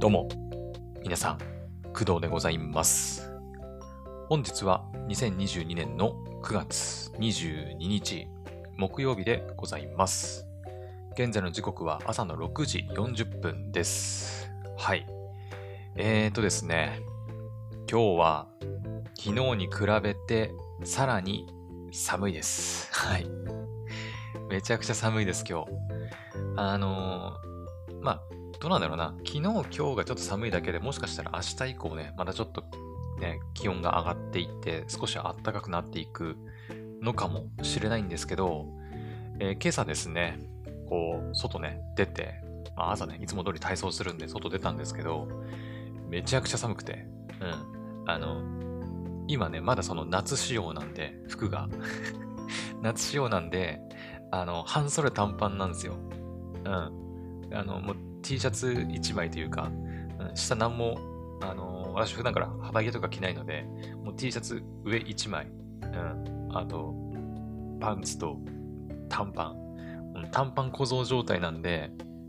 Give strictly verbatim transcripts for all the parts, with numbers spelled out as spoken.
どうも、皆さん、工藤でございます。本日はにせんにじゅうにねんのくがつにじゅうににち、木曜日でございます。現在の時刻は朝のろくじよんじゅっぷんです。はい。えーとですね、今日は昨日に比べてさらに寒いです。はい。めちゃくちゃ寒いです、今日。あのー、まあ、どうなんだろうな。昨日、今日がちょっと寒いだけでもしかしたら明日以降ね、またちょっとね、気温が上がっていって、少し暖かくなっていくのかもしれないんですけど、えー今朝ですね、こう、外ね、出て、まあ、朝ね、いつも通り体操するんで、外出たんですけど、めちゃくちゃ寒くて、うん。あの、今ね、まだその夏仕様なんで、服が。夏仕様なんで、あの、半袖短パンなんですよ。うん。あの、もう T シャツいちまいというか、うん、下なんも、あの、私普段から幅着とか着ないので、もう T シャツ上いちまい、うん。あと、パンツと短パン。うん、短パン小僧状態なんで、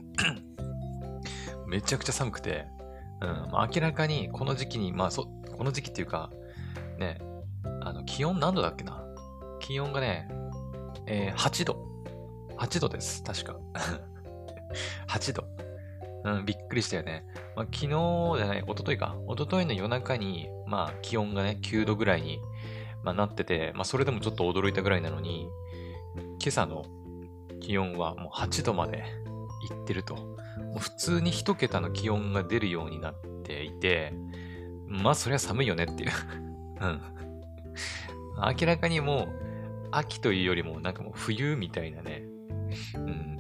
めちゃくちゃ寒くて、うん。まあ、明らかにこの時期に、まあ、そ、この時期っていうか、ね、あの、気温何度だっけな。気温がね、えーはちど。はちどです。確か。はちど。うん、びっくりしたよね。まあ、昨日じゃない、一昨日か。一昨日の夜中に、まあ、気温がね、きゅうどぐらいに、まあ、なってて、まあ、それでもちょっと驚いたぐらいなのに、今朝の気温はもうはちどまでいってると。もう普通に一桁の気温が出るようになっていて、まあ、そりゃ寒いよねっていう。うん。明らかにもう、秋というよりも、なんかもう冬みたいなね、うん、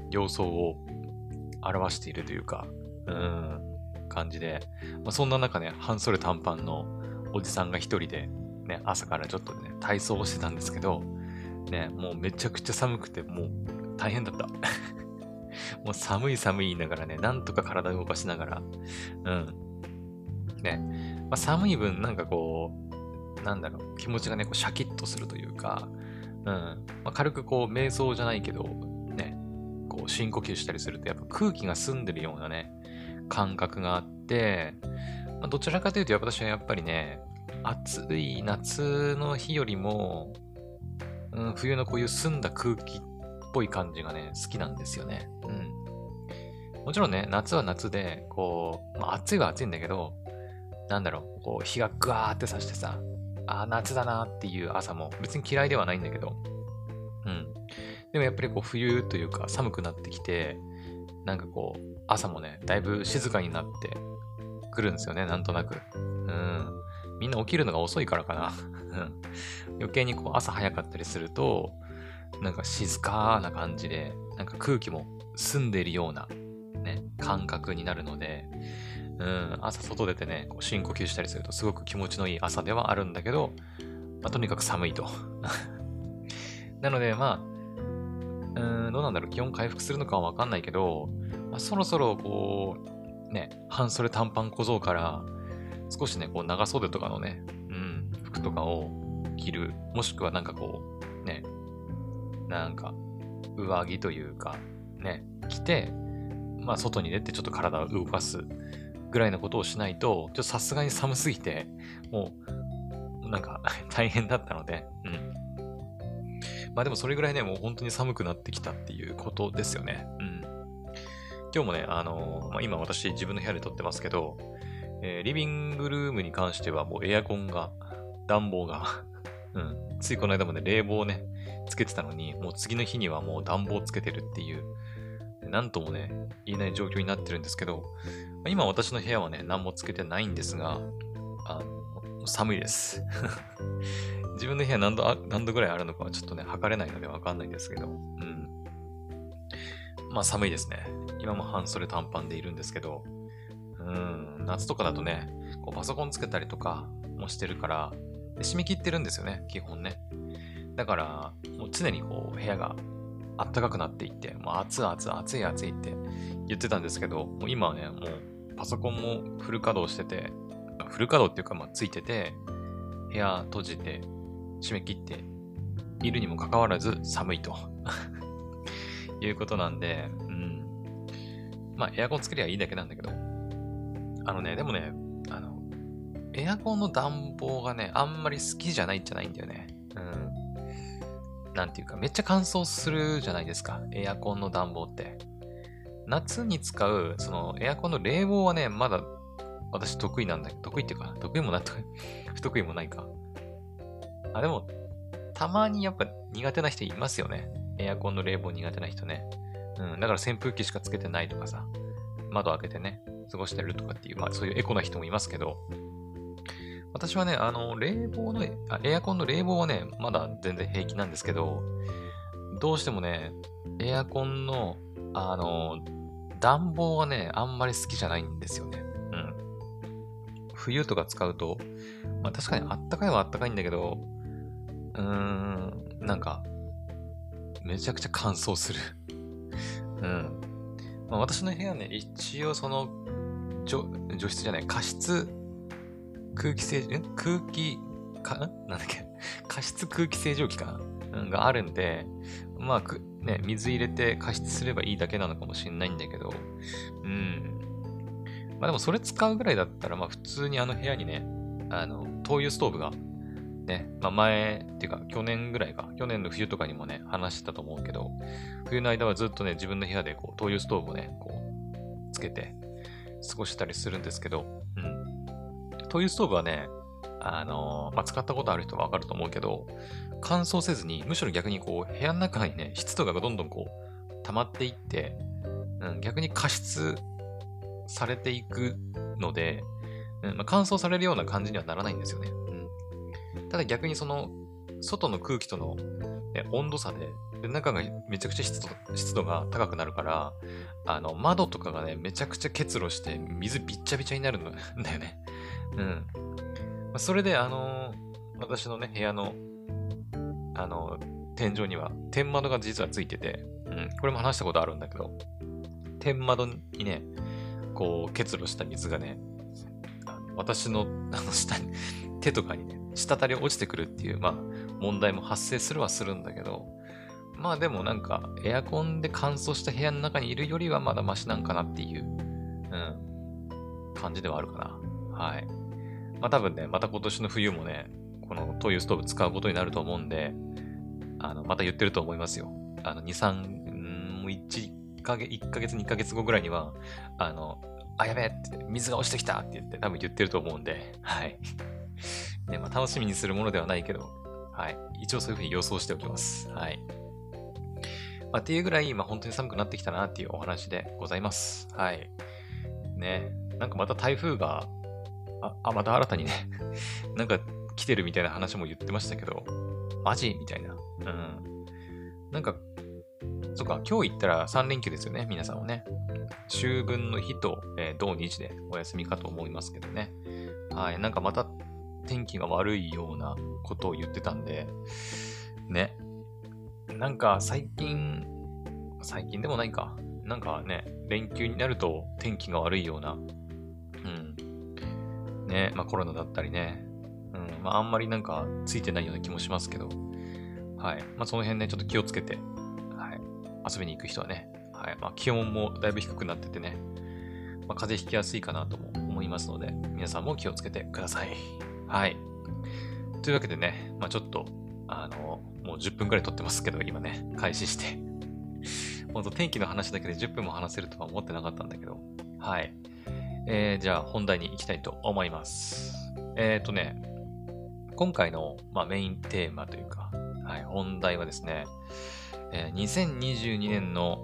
様相を表しているというか、うん、感じで、まあ、そんな中ね、半袖短パンのおじさんが一人で、ね、朝からちょっとね、体操をしてたんですけど、ね、もうめちゃくちゃ寒くて、もう大変だった。もう寒い寒い言いながらね、なんとか体を動かしながら、うん。ね、まあ、寒い分、なんかこう、なんだろう、気持ちがね、こうシャキッとするというか、うん。まあ、軽くこう、瞑想じゃないけど、ね、こう、深呼吸したりすると、やっぱ空気が澄んでるようなね、感覚があって、まあ、どちらかというと、やっぱ私はやっぱりね、暑い夏の日よりも、うん、冬のこういう澄んだ空気っぽい感じがね、好きなんですよね。うん。もちろんね、夏は夏で、こう、まあ、暑いは暑いんだけど、なんだろう、こう、日がグワーってさしてさ、ああ、夏だなっていう朝も別に嫌いではないんだけど、うん。でもやっぱりこう冬というか寒くなってきて、なんかこう朝もね、だいぶ静かになってくるんですよね、なんとなく。うん。みんな起きるのが遅いからかな。うん余計にこう朝早かったりすると、なんか静かな感じで、なんか空気も澄んでいるようなね、感覚になるので、うん、朝外出てね、こう深呼吸したりするとすごく気持ちのいい朝ではあるんだけど、まあ、とにかく寒いと。なので、まあ、うーん、どうなんだろう、気温回復するのかはわかんないけど、まあ、そろそろこう、ね、半袖短パン小僧から、少しね、こう長袖とかのね、うん、服とかを着る、もしくはなんかこう、ね、なんか、上着というか、ね、着て、まあ、外に出てちょっと体を動かすぐらいのことをしないと、ちょっとさすがに寒すぎて、もう、なんか大変だったので、うん。まあでもそれぐらいね、もう本当に寒くなってきたっていうことですよね。うん。今日もね、あのーまあ、今私自分の部屋で撮ってますけど、えーリビングルームに関してはもうエアコンが、暖房がうん。ついこの間まで冷房をね、つけてたのに、もう次の日にはもう暖房つけてるっていう、なんともね、言えない状況になってるんですけど、まあ今私の部屋はね、何もつけてないんですが、あの、寒いです。自分の部屋何度あ、何度ぐらいあるのかはちょっとね、測れないのでわかんないですけど、うん。まあ寒いですね。今も半袖短パンでいるんですけど、うん、夏とかだとね、こうパソコンつけたりとかもしてるから、で締め切ってるんですよね、基本ね。だから、もう常にこう部屋が暖かくなっていって、もう暑い暑い暑い暑いって言ってたんですけど、もう今はね、もうパソコンもフル稼働してて、フル稼働っていうか、まあついてて、部屋閉じて、締め切っているにもかかわらず寒いということなんで、うん。まあエアコンつけりゃいいだけなんだけど、 あのね、でもね、あの、エアコンの暖房がね、あんまり好きじゃないんじゃないんだよね。うん。なんていうか、めっちゃ乾燥するじゃないですか。エアコンの暖房って。夏に使う、その、エアコンの冷房はね、まだ私得意なんだけど、得意っていうか、得意もな、不得意もないか。あ、でも、たまにやっぱ苦手な人いますよね。エアコンの冷房苦手な人ね。うん、だから扇風機しかつけてないとかさ、窓開けてね、過ごしてるとかっていう、まあそういうエコな人もいますけど、私はね、あの、冷房の、あエアコンの冷房はね、まだ全然平気なんですけど、どうしてもね、エアコンの、あの、暖房はね、あんまり好きじゃないんですよね。うん。冬とか使うと、まあ確かにあったかいはあったかいんだけど、うーん、なんか、めちゃくちゃ乾燥する。うん。まあ、私の部屋ね、一応その、除除湿じゃない、加湿空気清、ん空気、か、んなんだっけ加湿空気清浄機かな、うん、があるんで、まあ、く、ね、水入れて加湿すればいいだけなのかもしれないんだけど、うん。まあでもそれ使うぐらいだったら、まあ普通にあの部屋にね、あの、灯油ストーブが、ね、まあ前、っていうか去年ぐらいか、去年の冬とかにもね、話してたと思うけど、冬の間はずっとね、自分の部屋でこう、灯油ストーブをね、こう、つけて過ごしたりするんですけど、うん。灯油ストーブはね、あのーまあ、使ったことある人はわかると思うけど、乾燥せずに、むしろ逆にこう、部屋の中にね、湿度がどんどんこう、溜まっていって、うん、逆に加湿されていくので、うんまあ、乾燥されるような感じにはならないんですよね。うん、ただ逆にその、外の空気との、ね、温度差で、で中がめちゃくちゃ湿度湿度が高くなるから、あの、窓とかがね、めちゃくちゃ結露して、水びっちゃびちゃになるんだよね。うん。まあ、それで、あのー私のね、部屋の、あのー天井には、天窓が実はついてて、うん、これも話したことあるんだけど、天窓にね、こう、結露した水がね、あの私の、あの、下に、手とかにね、滴り落ちてくるっていう、まあ、問題も発生するはするんだけど、まあでもなんか、エアコンで乾燥した部屋の中にいるよりはまだマシなんかなっていう、うん、感じではあるかな。はい。まあ多分ね、また今年の冬もね、この灯油ストーブ使うことになると思うんで、あの、また言ってると思いますよ。あの、に、さん、んもういっかげつ、いっかげつ、にかげつごぐらいには、あの、あ、やべえって、水が落ちてきたって言って多分言ってると思うんで、はい。ね、まあ楽しみにするものではないけど、はい。一応そういうふうに予想しておきます。はい。まあ、っていうぐらい、まあ本当に寒くなってきたなっていうお話でございます。はい。ね。なんかまた台風が、あ、あまた新たにねなんか来てるみたいな話も言ってましたけど、マジみたいな。うん。なんか、そっか、今日行ったらさん連休ですよね、皆さんはね。秋分の日と、えー、土日でお休みかと思いますけどね。はい。なんかまた天気が悪いようなことを言ってたんで、ね。なんか最近、最近でもないか。なんかね、連休になると天気が悪いような、うん。ね、まあコロナだったりね。うん、まああんまりなんかついてないような気もしますけど、はい。まあその辺ね、ちょっと気をつけて、はい。遊びに行く人はね、はい。まあ気温もだいぶ低くなっててね、まあ風邪ひきやすいかなとも思いますので、皆さんも気をつけてください。はい。というわけでね、まあちょっと、あの、もうじゅっぷんくらい撮ってますけど、今ね、開始して。ほんと天気の話だけでじゅっぷんも話せるとは思ってなかったんだけど、はい。えー、じゃあ本題に行きたいと思います。えっ、ー、とね、今回の、まあ、メインテーマというか、はい、本題はですね、えー、にせんにじゅうにねんの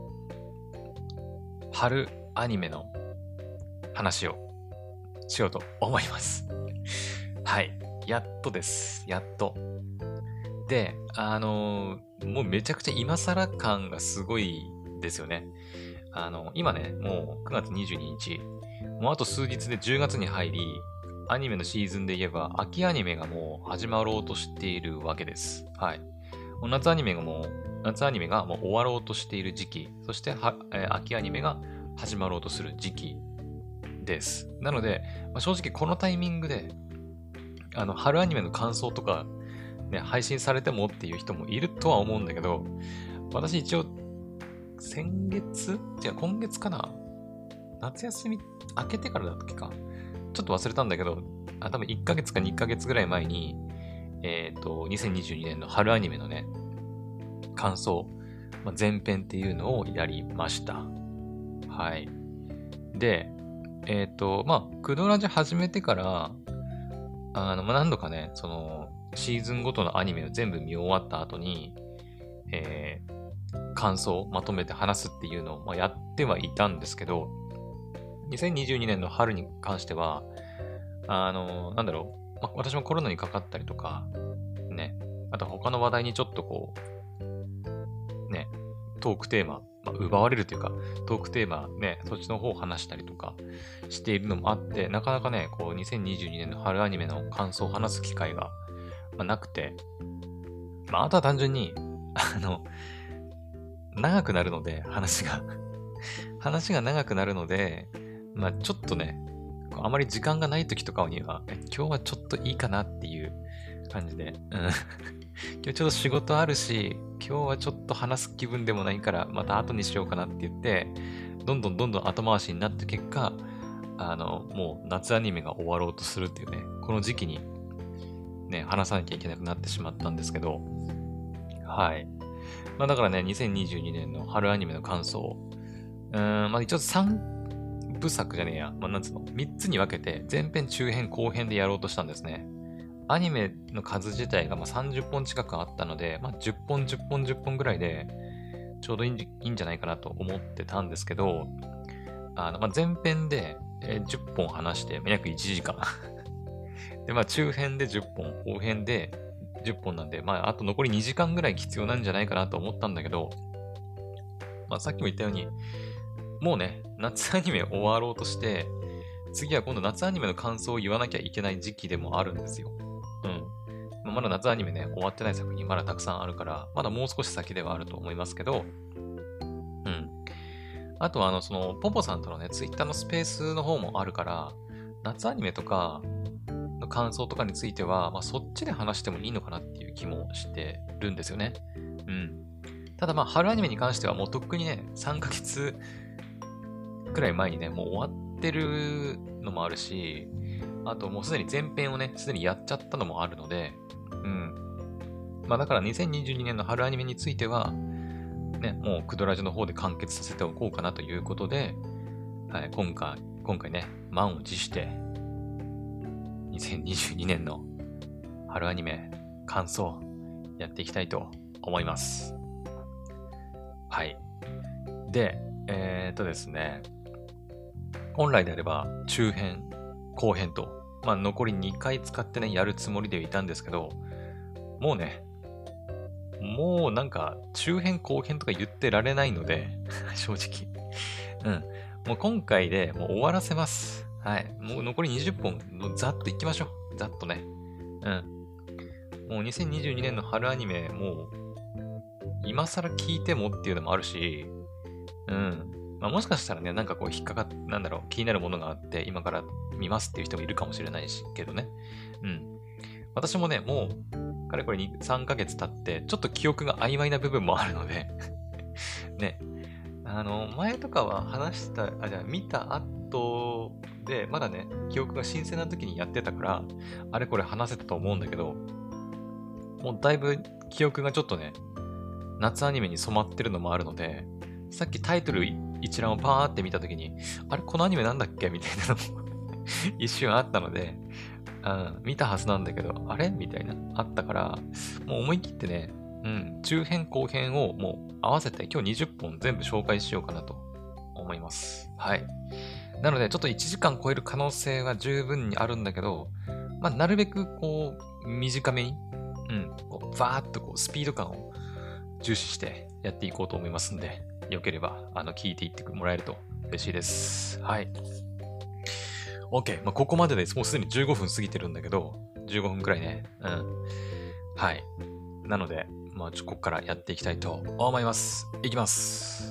春アニメの話をしようと思います。はい。やっとです。やっと。で、あのーもうめちゃくちゃ今更感がすごいですよね。あの、今ね、もうくがつにじゅうににち、もうあと数日でじゅうがつに入り、アニメのシーズンで言えば、秋アニメがもう始まろうとしているわけです。はい。もう夏アニメがもう、夏アニメがもう終わろうとしている時期、そしては、えー秋アニメが始まろうとする時期です。なので、まあ、正直このタイミングで、あの、春アニメの感想とか、ね、配信されてもっていう人もいるとは思うんだけど、私一応、先月違う、今月かな夏休み明けてからだったっけか。ちょっと忘れたんだけど、あ、多分いっかげつかにかげつぐらい前に、えっと、にせんにじゅうにねんの春アニメのね、感想、まあ、前編っていうのをやりました。はい。で、えっと、まあ、クドラジ始めてから、あの、まあ、何度かね、その、シーズンごとのアニメを全部見終わった後に、えー、感想をまとめて話すっていうのを、まあ、やってはいたんですけど、にせんにじゅうにねんの春に関しては、あの、なんだろう、まあ、私もコロナにかかったりとか、ね、あと他の話題にちょっとこう、ね、トークテーマ、まあ、奪われるというか、トークテーマね、そっちの方を話したりとかしているのもあって、なかなかね、こう、にせんにじゅうにねんの春アニメの感想を話す機会が、まあ、なくて、まあ、あとは単純に、あの、長くなるので、話が話が長くなるので、まあ、ちょっとね、あまり時間がない時とかには、今日はちょっといいかなっていう感じで、うん、今日ちょっと仕事あるし、今日はちょっと話す気分でもないから、また後にしようかなって言って、どんどんどんどん後回しになった結果、あの、もう夏アニメが終わろうとするっていうね、この時期にね、話さなきゃいけなくなってしまったんですけど、はい。まあだからね、にせんにじゅうにねんの春アニメの感想、うーん、まあ一応さんぶさくじゃねえや、まあなんつうの、みっつに分けて前編、中編、後編でやろうとしたんですね。アニメの数自体がまあさんじゅっぽん近くあったので、まあじゅっぽん、じゅっぽん、じゅっぽんぐらいでちょうどいいんじいいんじゃないかなと思ってたんですけど、あの、まあ、前編でえーじゅっぽん話して、まあ約いちじかん。で、まあ中編でじゅっぽん、後編でじゅっぽんなんで、まああと残りにじかんぐらい必要なんじゃないかなと思ったんだけど、まあさっきも言ったように、もうね、夏アニメ終わろうとして、次は今度夏アニメの感想を言わなきゃいけない時期でもあるんですよ。うん。まあまだ夏アニメね、終わってない作品まだたくさんあるから、まだもう少し先ではあると思いますけど、うん。あとは、あの、その、ポポさんとのね、ツイッターのスペースの方もあるから、夏アニメとかの感想とかについては、まあ、そっちで話してもいいのかなっていう気もしてるんですよね。うん。ただまあ、春アニメに関してはもうとっくにね、さんかげつくらい前にね、もう終わってるのもあるし、あともうすでに前編をね、すでにやっちゃったのもあるので、うん。まあだからにせんにじゅうにねんの春アニメについては、ね、もうクドラジの方で完結させておこうかなということで、はい、今回、今回ね、満を持して、にせんにじゅうにねんの春アニメ感想やっていきたいと思います。はい。で、えー、っとですね、本来であれば中編、後編と、まあ残りにかい使ってね、やるつもりでいたんですけど、もうね、もうなんか中編後編とか言ってられないので、正直。うん。もう今回でもう終わらせます。はい。もう残りにじゅっぽん、ざっといきましょう。ざっとね。うん。もうにせんにじゅうにねんの春アニメ、もう、今更聞いてもっていうのもあるし、うん。まあもしかしたらね、なんかこう引っかかっ、なんだろう、気になるものがあって、今から見ますっていう人もいるかもしれないし、けどね。うん。私もね、もう、かれこれに、さんかげつ経って、ちょっと記憶が曖昧な部分もあるのでね。あの、前とかは話した、あ、じゃあ見た後で、まだね、記憶が新鮮な時にやってたから、あれこれ話せたと思うんだけど、もうだいぶ記憶がちょっとね、夏アニメに染まってるのもあるので、さっきタイトル一覧をパーって見た時に、あれこのアニメなんだっけみたいなのも一瞬あったので、うん、見たはずなんだけど、あれみたいな、あったから、もう思い切ってね、うん、中編後編をもう合わせて今日にじゅっぽん全部紹介しようかなと思います。はい。なので、ちょっといちじかん超える可能性は十分にあるんだけど、まあ、なるべくこう、短めに、うん、こうバーっとこう、スピード感を重視してやっていこうと思いますんで、よければ、あの、聞いていってもらえると嬉しいです。はい。OK。まあ、ここまでです。もうすでにじゅうごふん過ぎてるんだけど、じゅうごふんくらいね。うん。はい。なので、まあ、ちょここからやっていきたいと思います。いきます。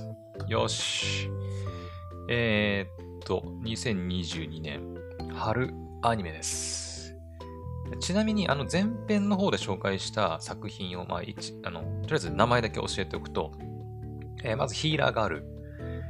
よし。えー、っと、にせんにじゅうにねん春アニメです。ちなみに、あの前編の方で紹介した作品を、まあ、一あのとりあえず名前だけ教えておくと、えーまずヒーラーガール、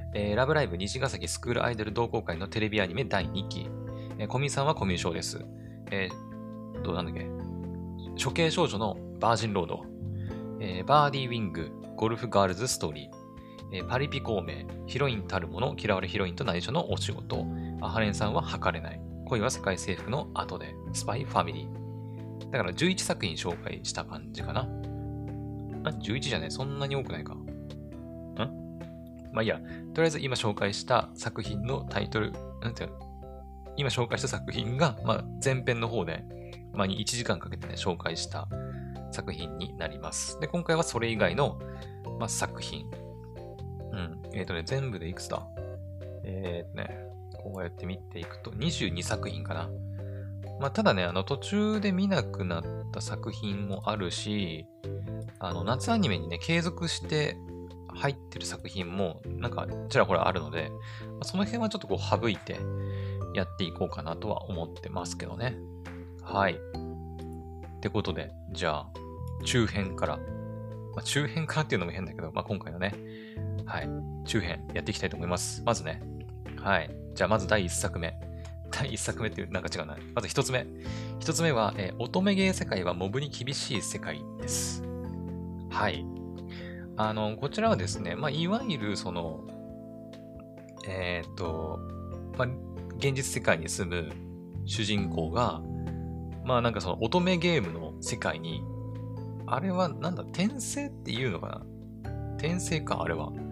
えーラブライブ虹ヶ崎スクールアイドル同好会のテレビアニメだいにき。えーコミさんはコミュ障です。えー、どうなんだっけ処刑少女のバージンロード。えーバーディーウィング、ゴルフガールズストーリー。えーパリピ孔明、ヒロインたるもの、嫌われヒロインと内緒のお仕事。アハレンさんは測れない。恋は世界征服の後で。スパイファミリー。だからじゅういちさく品紹介した感じかな。あ、じゅういちじゃねそんなに多くないか。んまあいいや。とりあえず今紹介した作品のタイトル、なんていうの今紹介した作品が、まあ、前編の方で、まあ、いちじかんかけてね、紹介した作品になります。で、今回はそれ以外の、まあ、作品。うん。えっ、ー、とね、全部でいくつだえっ、ー、とね、こうやって見ていくと、にじゅうにさく品かな。まあ、ただね、あの、途中で見なくなった作品もあるし、あの、夏アニメにね、継続して入ってる作品も、なんか、ちらほらあるので、まあ、その辺はちょっとこう、省いてやっていこうかなとは思ってますけどね。はい。ってことで、じゃあ、中編から、まあ、中編からっていうのも変だけど、まあ、今回のね、はい、中編やっていきたいと思います。まずね、はい。じゃあ、まずだいいっさくめ。だいいっさくめっていう、なんか違うな。まずひとつめ。ひとつめは、えー乙女ゲー世界はモブに厳しい世界です。はい。あの、こちらはですね、まあ、いわゆる、その、えっ、と、まあ、現実世界に住む主人公が、まあ、なんかその乙女ゲームの世界に、あれはなんだ、転生っていうのかな転生か、あれは。うん、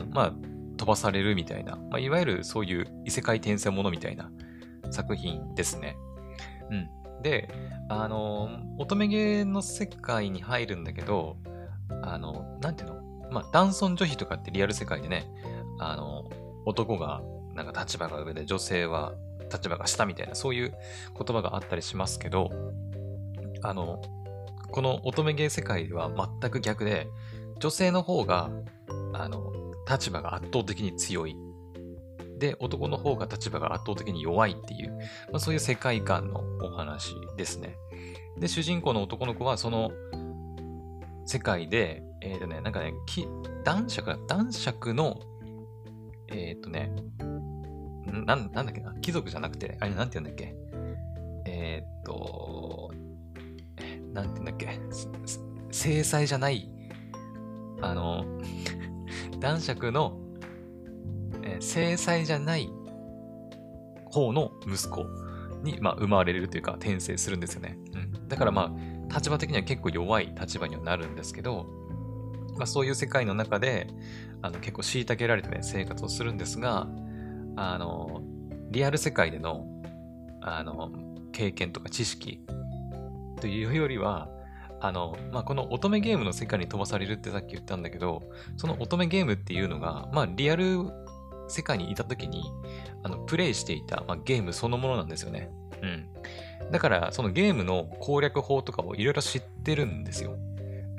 まあ、飛ばされるみたいな、まあ、いわゆるそういう異世界転生ものみたいな作品ですね。うん。で、あの、乙女ゲーの世界に入るんだけど、あの、なんていうのまあ、男尊女卑とかってリアル世界でね、あの、男がなんか立場が上で女性は立場が下みたいな、そういう言葉があったりしますけど、あの、この乙女ゲー世界では全く逆で、女性の方が、あの、立場が圧倒的に強い。で、男の方が立場が圧倒的に弱いっていう、まあ、そういう世界観のお話ですね。で、主人公の男の子はその世界で、えっ、ー、とね、なんかね、き男爵だ、男爵の、えっ、ー、とね、な、なんだっけな、貴族じゃなくて、あれなんて言うんだっけ、えっ、ー、と、なんて言うんだっけ、制裁じゃない、あの、男爵の、えー、制裁じゃない方の息子に、まあ、生まれるというか、転生するんですよね。うん。だからまあ、立場的には結構弱い立場にはなるんですけど、まあ、そういう世界の中で、あの、結構虐げられてね、生活をするんですが、あの、リアル世界での、あの、経験とか知識というよりは、あの、まあ、この乙女ゲームの世界に飛ばされるってさっき言ったんだけど、その乙女ゲームっていうのが、まあ、リアル世界にいた時に、あの、プレイしていた、まあ、ゲームそのものなんですよね。うん。だから、そのゲームの攻略法とかをいろいろ知ってるんですよ。うん。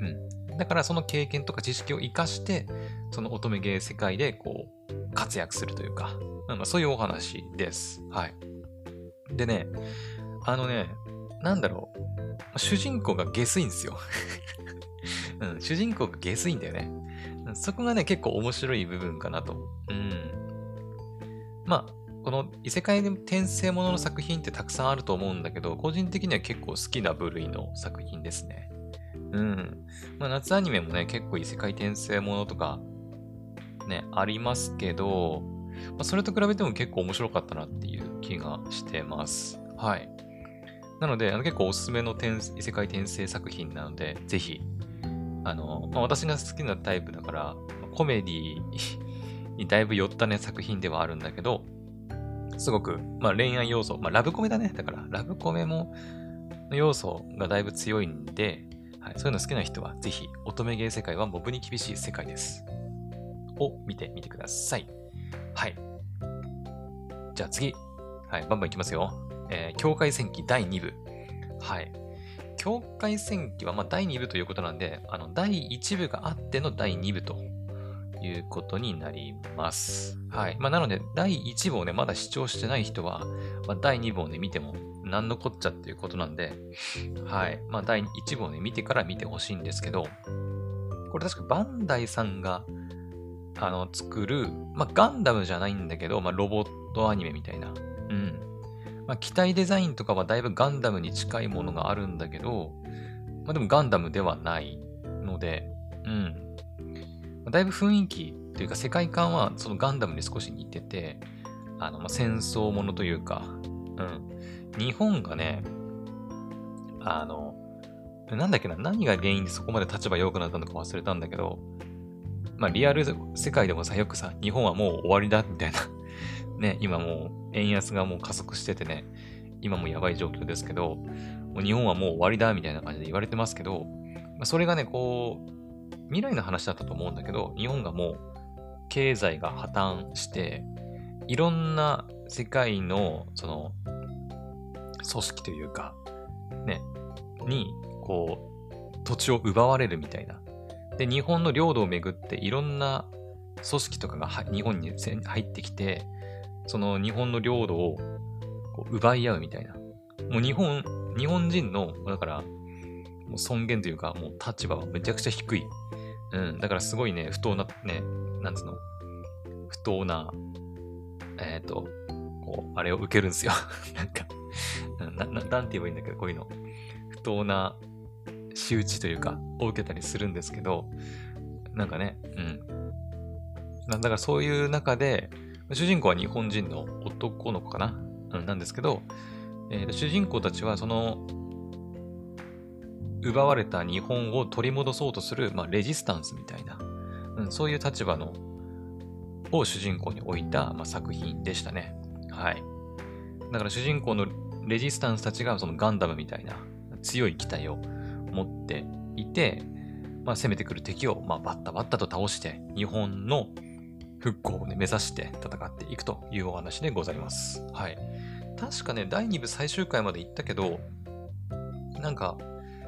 だから、その経験とか知識を活かして、その乙女ゲー世界で、こう、活躍するというか、まあ、そういうお話です。はい。でね、あのね、なんだろう。主人公が下水んですよ。うん、主人公が下水んだよね。そこがね、結構面白い部分かなと。うん。まあ、この異世界転生ものの作品ってたくさんあると思うんだけど、個人的には結構好きな部類の作品ですね。うん。まあ、夏アニメもね、結構異世界転生ものとか、ね、ありますけど、まあ、それと比べても結構面白かったなっていう気がしてます。はい。なので、あの結構おすすめの転異世界転生作品なので、ぜひ、あの、まあ、私が好きなタイプだから、コメディにだいぶ寄ったね、作品ではあるんだけど、すごく、まあ、恋愛要素、まあ、ラブコメだね。だから、ラブコメも、の要素がだいぶ強いんで、はい、そういうの好きな人は、ぜひ、乙女ゲー世界はモブに厳しい世界です。を見てみてください。はい。じゃあ次。はい、バンバンいきますよ。えー、境界戦記だいに部。はい。境界戦記は、まあ、だいに部ということなんで、あの、だいいち部があってのだいに部ということになります。はい。まあ、なので、だいいち部をね、まだ視聴してない人は、まあ、だいに部をね、見ても、なんのこっちゃっていうことなんで、はい。まあ、だいいち部をね、見てから見てほしいんですけど、これ確かバンダイさんがあの、作る、まあ、ガンダムじゃないんだけど、まあ、ロボットアニメみたいな。うん。まあ、機体デザインとかはだいぶガンダムに近いものがあるんだけど、まあ、でもガンダムではないので、うん。まあだいぶ雰囲気というか世界観はそのガンダムに少し似てて、あの、まあ、戦争ものというか、うん。日本がね、あの、なんだっけな、何が原因でそこまで立場良くなったのか忘れたんだけど、まあリアル世界でもさ、よくさ、日本はもう終わりだみたいなね、今もう円安がもう加速しててね、今もやばい状況ですけど、もう日本はもう終わりだみたいな感じで言われてますけど、まあ、それがね、こう、未来の話だったと思うんだけど、日本がもう経済が破綻して、いろんな世界のその組織というか、ね、に、こう、土地を奪われるみたいな。で、日本の領土をめぐっていろんな組織とかがは日本にせん入ってきて、その日本の領土をこう奪い合うみたいな。もう日本、日本人の、だから、もう尊厳というか、もう立場はめちゃくちゃ低い。うん。だからすごいね、不当な、ね、なんつうの、不当な、えっ、と、こう、あれを受けるんですよ。なんか、な、な、なんて言えばいいんだけど、こういうの。不当な仕打ちというか、を受けたりするんですけど、なんかね、うん。だからそういう中で、主人公は日本人の男の子かな、うん、なんですけど、えーと主人公たちはその奪われた日本を取り戻そうとする、まあ、レジスタンスみたいな、うん、そういう立場のを主人公に置いた、まあ、作品でしたね。はい。だから主人公のレジスタンスたちがそのガンダムみたいな強い機体を持っていて、まあ、攻めてくる敵を、まあ、バッタバッタと倒して、日本の復興を、ね、目指して戦っていくというお話でございます。はい。確かね、だいに部最終回まで行ったけど、なんか、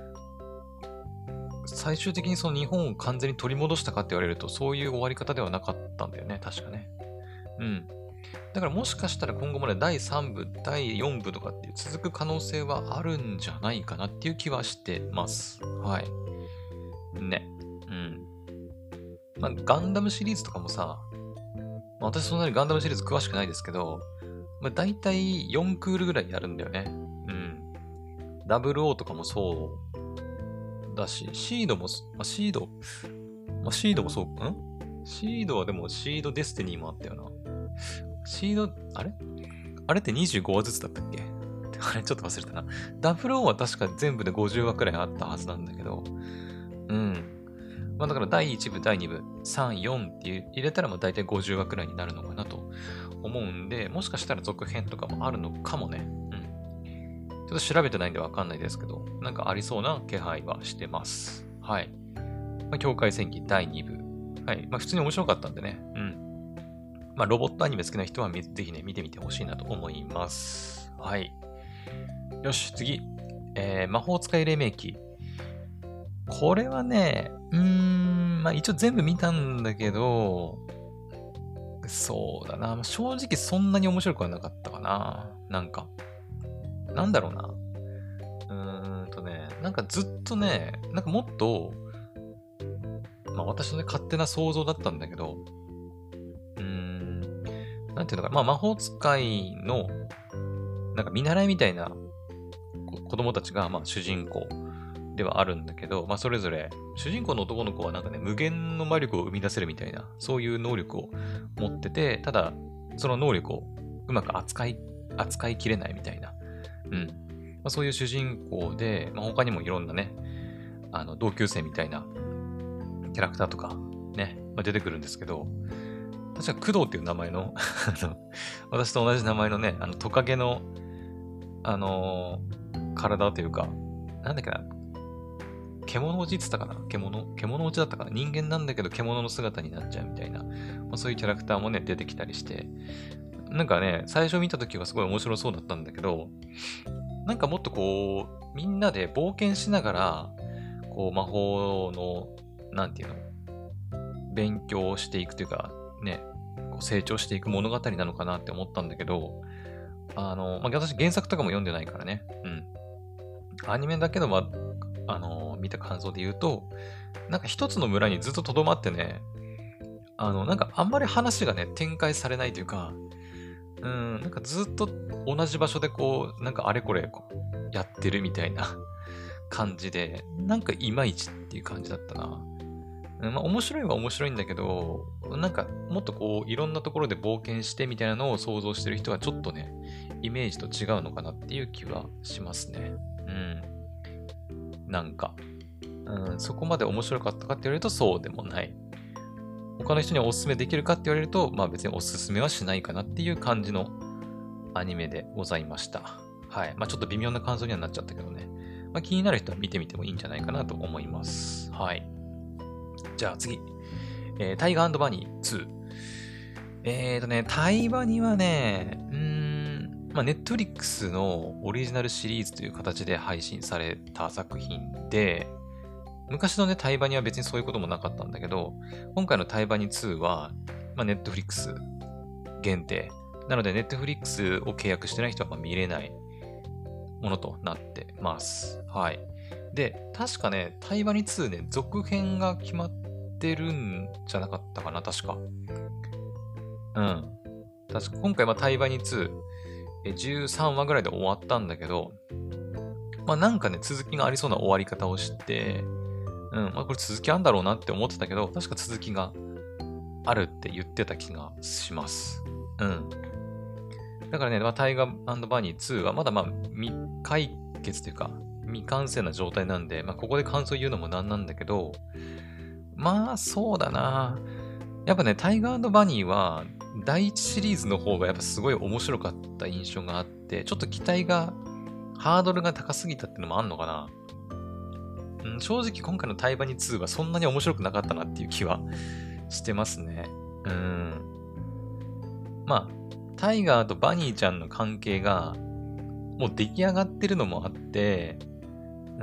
最終的にその日本を完全に取り戻したかって言われると、そういう終わり方ではなかったんだよね、確かね。うん。だからもしかしたら今後までだいさん部、だいよん部とかっていう続く可能性はあるんじゃないかなっていう気はしてます。はい。ね。うん。まあ、ガンダムシリーズとかもさ、まあ私そんなにガンダムシリーズ詳しくないですけど、まあ、大体よんクールぐらいやるんだよね。うん。ダブルオー とかもそうだし、シードも、まあ、シード、まあ、シードもそう、んシードはでもシードデスティニーもあったよな。シード、あれあれってにじゅうごわずつだったっけあれちょっと忘れたな。ダブルオーは確か全部でごじゅうわくらいあったはずなんだけど、うん。まあだからだいいち部、だいに部、さん、よんって入れたらまあ大体ごじゅうわくらいになるのかなと思うんで、もしかしたら続編とかもあるのかもね。うん。ちょっと調べてないんでわかんないですけど、なんかありそうな気配はしてます。はい。まあ、境界戦記だいに部。はい。まあ普通に面白かったんでね。うん。まあロボットアニメ好きな人はぜひね、見てみてほしいなと思います。はい。よし、次。えー、魔法使い黎明期。これはね、うーん、まあ一応全部見たんだけど、そうだな。正直そんなに面白くはなかったかな。なんか、なんだろうな。うーんとね、なんかずっとね、なんかもっと、まあ私のね、勝手な想像だったんだけど、うーん、なんていうのかな、まあ魔法使いの、なんか見習いみたいなこ子供たちが、まあ主人公ではあるんだけど、まあそれぞれ、主人公の男の子はなんかね、無限の魔力を生み出せるみたいな、そういう能力を持ってて、ただ、その能力をうまく扱い、扱いきれないみたいな、うん。まあ、そういう主人公で、まあ、他にもいろんなね、あの、同級生みたいなキャラクターとか、ね、まあ、出てくるんですけど、確か工藤っていう名前のあの、私と同じ名前のね、あの、トカゲの、あのー体というか、なんだっけな、獣おじって言ったかな獣獣おじだったかな人間なんだけど獣の姿になっちゃうみたいな、まあ、そういうキャラクターもね、出てきたりして、なんかね、最初見た時はすごい面白そうだったんだけど、なんかもっとこう、みんなで冒険しながら、こう、魔法の、なんていうの、勉強していくというか、ね、こう成長していく物語なのかなって思ったんだけど、あの、まあ、私原作とかも読んでないからね、うん。アニメだけの、まあ、あの、見た感想で言うと、なんか一つの村にずっと留まってね、 あの、なんかあんまり話がね、展開されないというか、うん、なんかずっと同じ場所でこう、なんかあれこれこうやってるみたいな感じで、なんかいまいちっていう感じだったな。うん、まあ面白いは面白いんだけど、なんかもっとこういろんなところで冒険してみたいなのを想像してる人はちょっとね、イメージと違うのかなっていう気はしますね。うん。なんか、うん、そこまで面白かったかって言われるとそうでもない。他の人におすすめできるかって言われると、まあ別におすすめはしないかなっていう感じのアニメでございました。はい。まあちょっと微妙な感想にはなっちゃったけどね。まあ気になる人は見てみてもいいんじゃないかなと思います。はい。じゃあ次。えータイガーバニーツー。えーとね、タイバニはね、うーん、まあネットフリックスのオリジナルシリーズという形で配信された作品で、昔のね、タイバニは別にそういうこともなかったんだけど、今回のタイバニツーは、まあ、ネットフリックス限定。なので、ネットフリックスを契約してない人はまあ見れないものとなってます。はい。で、確かね、タイバニツーね、続編が決まってるんじゃなかったかな、確か。うん。確か、今回はタイバニツー、えじゅうさんわぐらいで終わったんだけど、まあなんかね、続きがありそうな終わり方をして、うん、まあこれ続きあんだろうなって思ってたけど、確か続きがあるって言ってた気がします。うん。だからね、まあ、タイガーバニーツーはまだまあ未解決というか、未完成な状態なんで、まあここで感想言うのもなんなんだけど、まあそうだな。やっぱね、タイガーバニーは第一シリーズの方がやっぱすごい面白かった印象があって、ちょっと期待が、ハードルが高すぎたってのもあんのかな。うん、正直今回のタイバニーツーはそんなに面白くなかったなっていう気はしてますね。うん。まあ、タイガーとバニーちゃんの関係がもう出来上がってるのもあって、うん。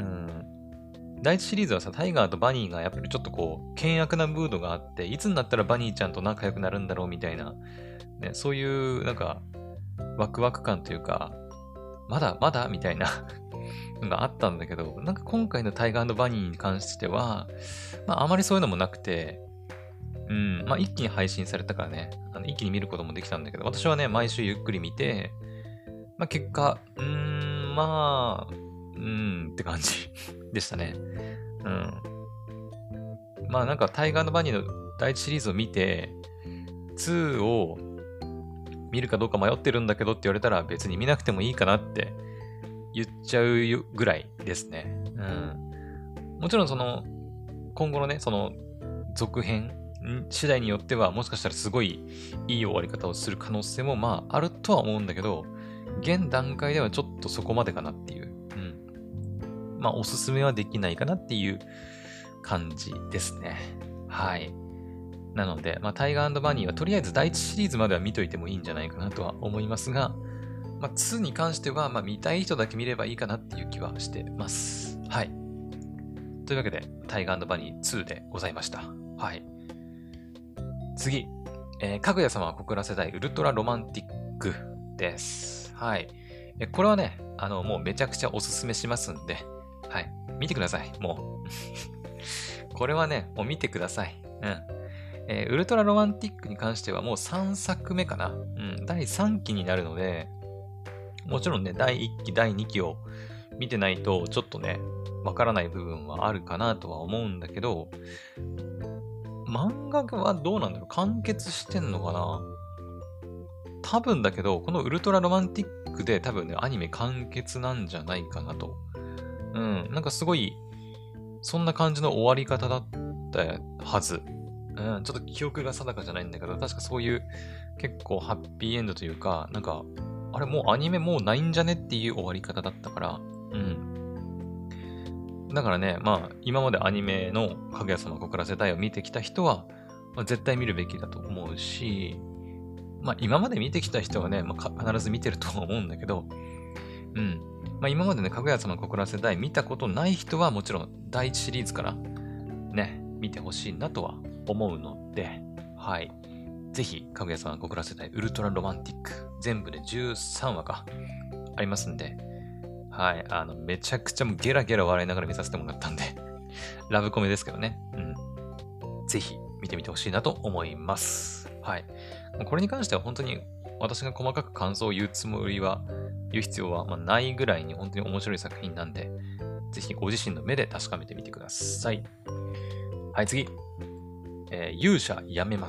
第一シリーズはさ、タイガーとバニーがやっぱりちょっとこう、険悪なムードがあって、いつになったらバニーちゃんと仲良くなるんだろうみたいな、ね、そういうなんか、ワクワク感というか、まだまだみたいなのがあったんだけど、なんか今回のタイガーバニーに関しては、まああまりそういうのもなくて、うん、まあ一気に配信されたからね、あの一気に見ることもできたんだけど、私はね、毎週ゆっくり見て、まあ結果、うーん、まあ、うーんって感じでしたね。うん。まあなんかタイガーバニーの第一シリーズを見て、ツーを見るかどうか迷ってるんだけどって言われたら別に見なくてもいいかなって言っちゃうぐらいですね。うん。もちろんその、今後のね、その続編次第によってはもしかしたらすごいいい終わり方をする可能性もまああるとは思うんだけど、現段階ではちょっとそこまでかなっていう。うん。まあおすすめはできないかなっていう感じですね。はい。なので、まあ、タイガーバニーはとりあえず第一シリーズまでは見といてもいいんじゃないかなとは思いますが、まあ、ツーに関しては、まあ、見たい人だけ見ればいいかなっていう気はしてます。はい。というわけで、タイガーバニーツーでございました。はい。次。えー、かぐや様は告らせたいウルトラロマンティックです。はい。えこれはね、あの、もうめちゃくちゃおすすめしますんで、はい。見てください。もう。これはね、もう見てください。うん。えーウルトラロマンティックに関してはもうさんさくめかな。うん。だいさんきになるので、もちろんね、だいいっき、だいにきを見てないと、ちょっとね、わからない部分はあるかなとは思うんだけど、漫画はどうなんだろう、完結してんのかな。多分だけど、このウルトラロマンティックで多分ね、アニメ完結なんじゃないかなと。うん。なんかすごい、そんな感じの終わり方だったはず。うん、ちょっと記憶が定かじゃないんだけど、確かそういう結構ハッピーエンドというか、なんか、あれもうアニメもうないんじゃねっていう終わり方だったから、うん。だからね、まあ、今までアニメのかぐや様告らせたいを見てきた人は、まあ、絶対見るべきだと思うし、まあ、今まで見てきた人はね、まあ、必ず見てるとは思うんだけど、うん。まあ、今までね、かぐや様告らせたい見たことない人はもちろん第一シリーズからね、見てほしいなとは思うので、はい。ぜひ、かぐや様告らせたいウルトラロマンティック、全部でじゅうさんわかありますんで、はい。あの、めちゃくちゃもうゲラゲラ笑いながら見させてもらったんで、ラブコメですけどね。うん。ぜひ見てみてほしいなと思います。はい。これに関しては本当に私が細かく感想を言うつもりは、言う必要はまあないぐらいに本当に面白い作品なんで、ぜひご自身の目で確かめてみてください。はい、次。えー勇者やめます。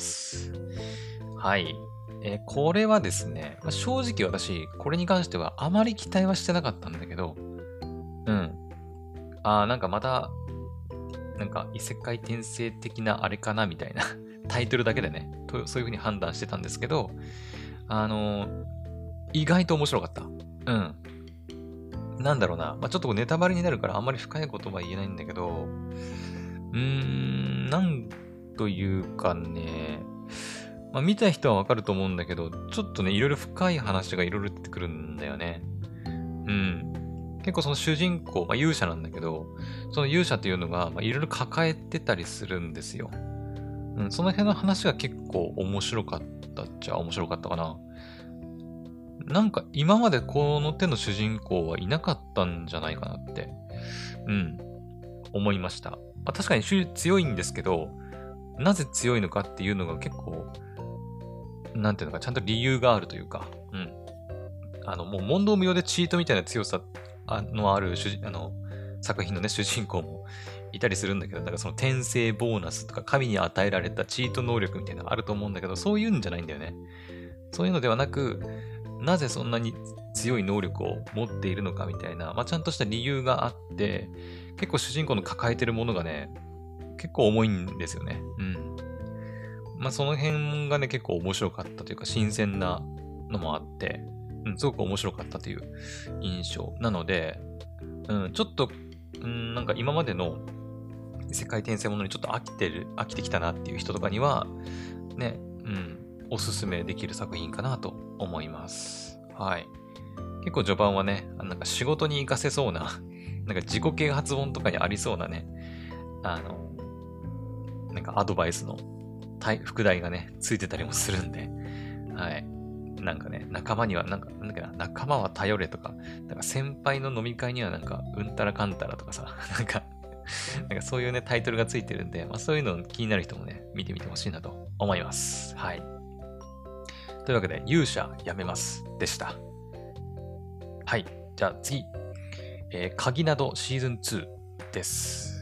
はい。えーこれはですね、まあ正直私、これに関してはあまり期待はしてなかったんだけど、うん。ああ、なんかまた、なんか異世界転生的なあれかなみたいなタイトルだけでね、とそういう風に判断してたんですけど、あのー意外と面白かった。うん。なんだろうな。まあ、ちょっとネタバレになるからあんまり深いことは言えないんだけど、うーん、なんというかね、まあ、見た人はわかると思うんだけど、ちょっとね、いろいろ深い話がいろいろ出てくるんだよね。うん。結構その主人公、まあ、勇者なんだけど、その勇者っていうのが、まあ、いろいろ抱えてたりするんですよ。うん、その辺の話が結構面白かったっちゃ面白かったかな。なんか今までこの手の主人公はいなかったんじゃないかなって、うん、思いました。まあ、確かに主強いんですけど、なぜ強いのかっていうのが結構、なんていうのか、ちゃんと理由があるというか、うん。あの、もう問答無用でチートみたいな強さあのある主人あの作品のね、主人公もいたりするんだけど、だからその転生ボーナスとか神に与えられたチート能力みたいなのあると思うんだけど、そういうんじゃないんだよね。そういうのではなく、なぜそんなに強い能力を持っているのかみたいな、まあ、ちゃんとした理由があって、結構主人公の抱えてるものがね、結構重いんですよね。うん。まあ、その辺がね、結構面白かったというか、新鮮なのもあって、うん、すごく面白かったという印象なので、うん、ちょっと、うん、なんか今までの世界転生ものにちょっと飽きてる、飽きてきたなっていう人とかには、ね、うん、おすすめできる作品かなと思います。はい。結構序盤はね、なんか仕事に活かせそうな、なんか自己啓発本とかにありそうなね、あの、なんかアドバイスの副題がね、ついてたりもするんで、はい。なんかね、仲間には、なんか、なんだっけな、仲間は頼れとか、なんか先輩の飲み会にはなんか、うんたらかんたらとかさ、なんか、なんかそういうね、タイトルがついてるんで、まあそういうの気になる人もね、見てみてほしいなと思います。はい。というわけで、勇者やめます。でした。はい。じゃあ次。えー、鍵などシーズンツーです。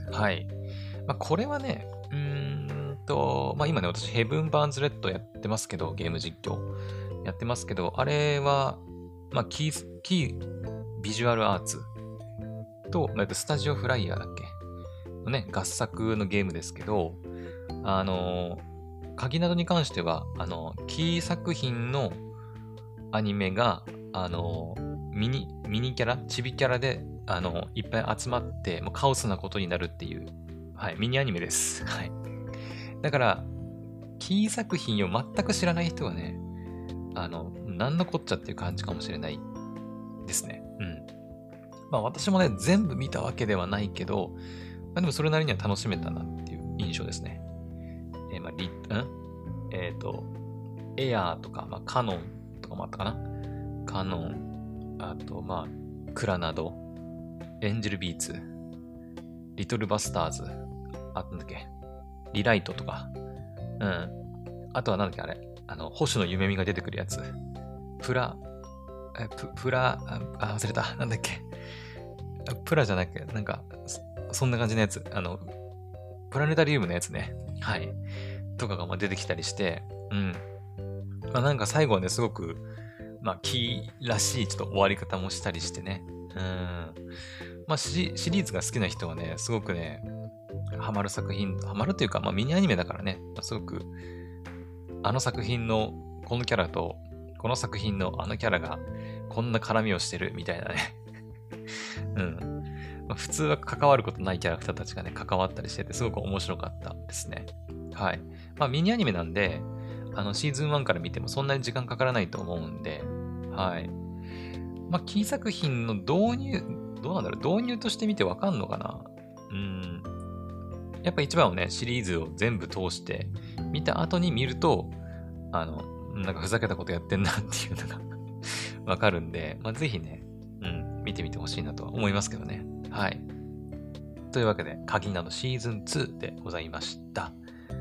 はい。まあこれはね、うーんと、まあ今ね、私ヘブン・バーンズ・レッドやってますけど、ゲーム実況。やってますけど、あれは、まあキー、キービジュアルアーツと、まあ、スタジオフライヤーだっけのね、合作のゲームですけど、あのー、鍵などに関しては、あのー、キー作品のアニメが、あのー、ミニ、ミニキャラ、チビキャラで、あのー、いっぱい集まって、もうカオスなことになるっていう、はい、ミニアニメです。はい。だから、キー作品を全く知らない人はね、あの、なんのこっちゃっていう感じかもしれないですね。うん。まあ私もね、全部見たわけではないけど、まあでもそれなりには楽しめたなっていう印象ですね。えー、まあ、リ、んえっ、ー、と、エアーとか、まあカノンとかもあったかな。カノン、あと、まあ、クラなど、エンジェルビーツ、リトルバスターズ、あったんだっけ、リライトとか、うん。あとはなんだっけ、あれ、あの、星野夢見が出てくるやつ。プラ、え、プ、プラ、あ、忘れた。なんだっけ。プラじゃなくて、なんか、そんな感じのやつ。あの、プラネタリウムのやつね。はい。とかがまあ出てきたりして、うん。まあなんか最後はね、すごく、まあ、キーらしいちょっと終わり方もしたりしてね。うん。まあシ、シリーズが好きな人はね、すごくね、ハマる作品、ハマるというか、まあミニアニメだからね、まあ、すごく、あの作品のこのキャラと、この作品のあのキャラがこんな絡みをしてるみたいなね。うん。まあ、普通は関わることないキャラクターたちがね、関わったりしてて、すごく面白かったですね。はい。まあ、ミニアニメなんで、あの、シーズンワンから見てもそんなに時間かからないと思うんで、はい。まあ、キー作品の導入、どうなんだろう、導入として見てわかんのかな。うん。やっぱ一番をね、シリーズを全部通して見た後に見ると、あの、なんかふざけたことやってんなっていうのがわかるんで、まあ、ぜひね、うん、見てみてほしいなとは思いますけどね。はい。というわけで、鍵などシーズンツーでございました。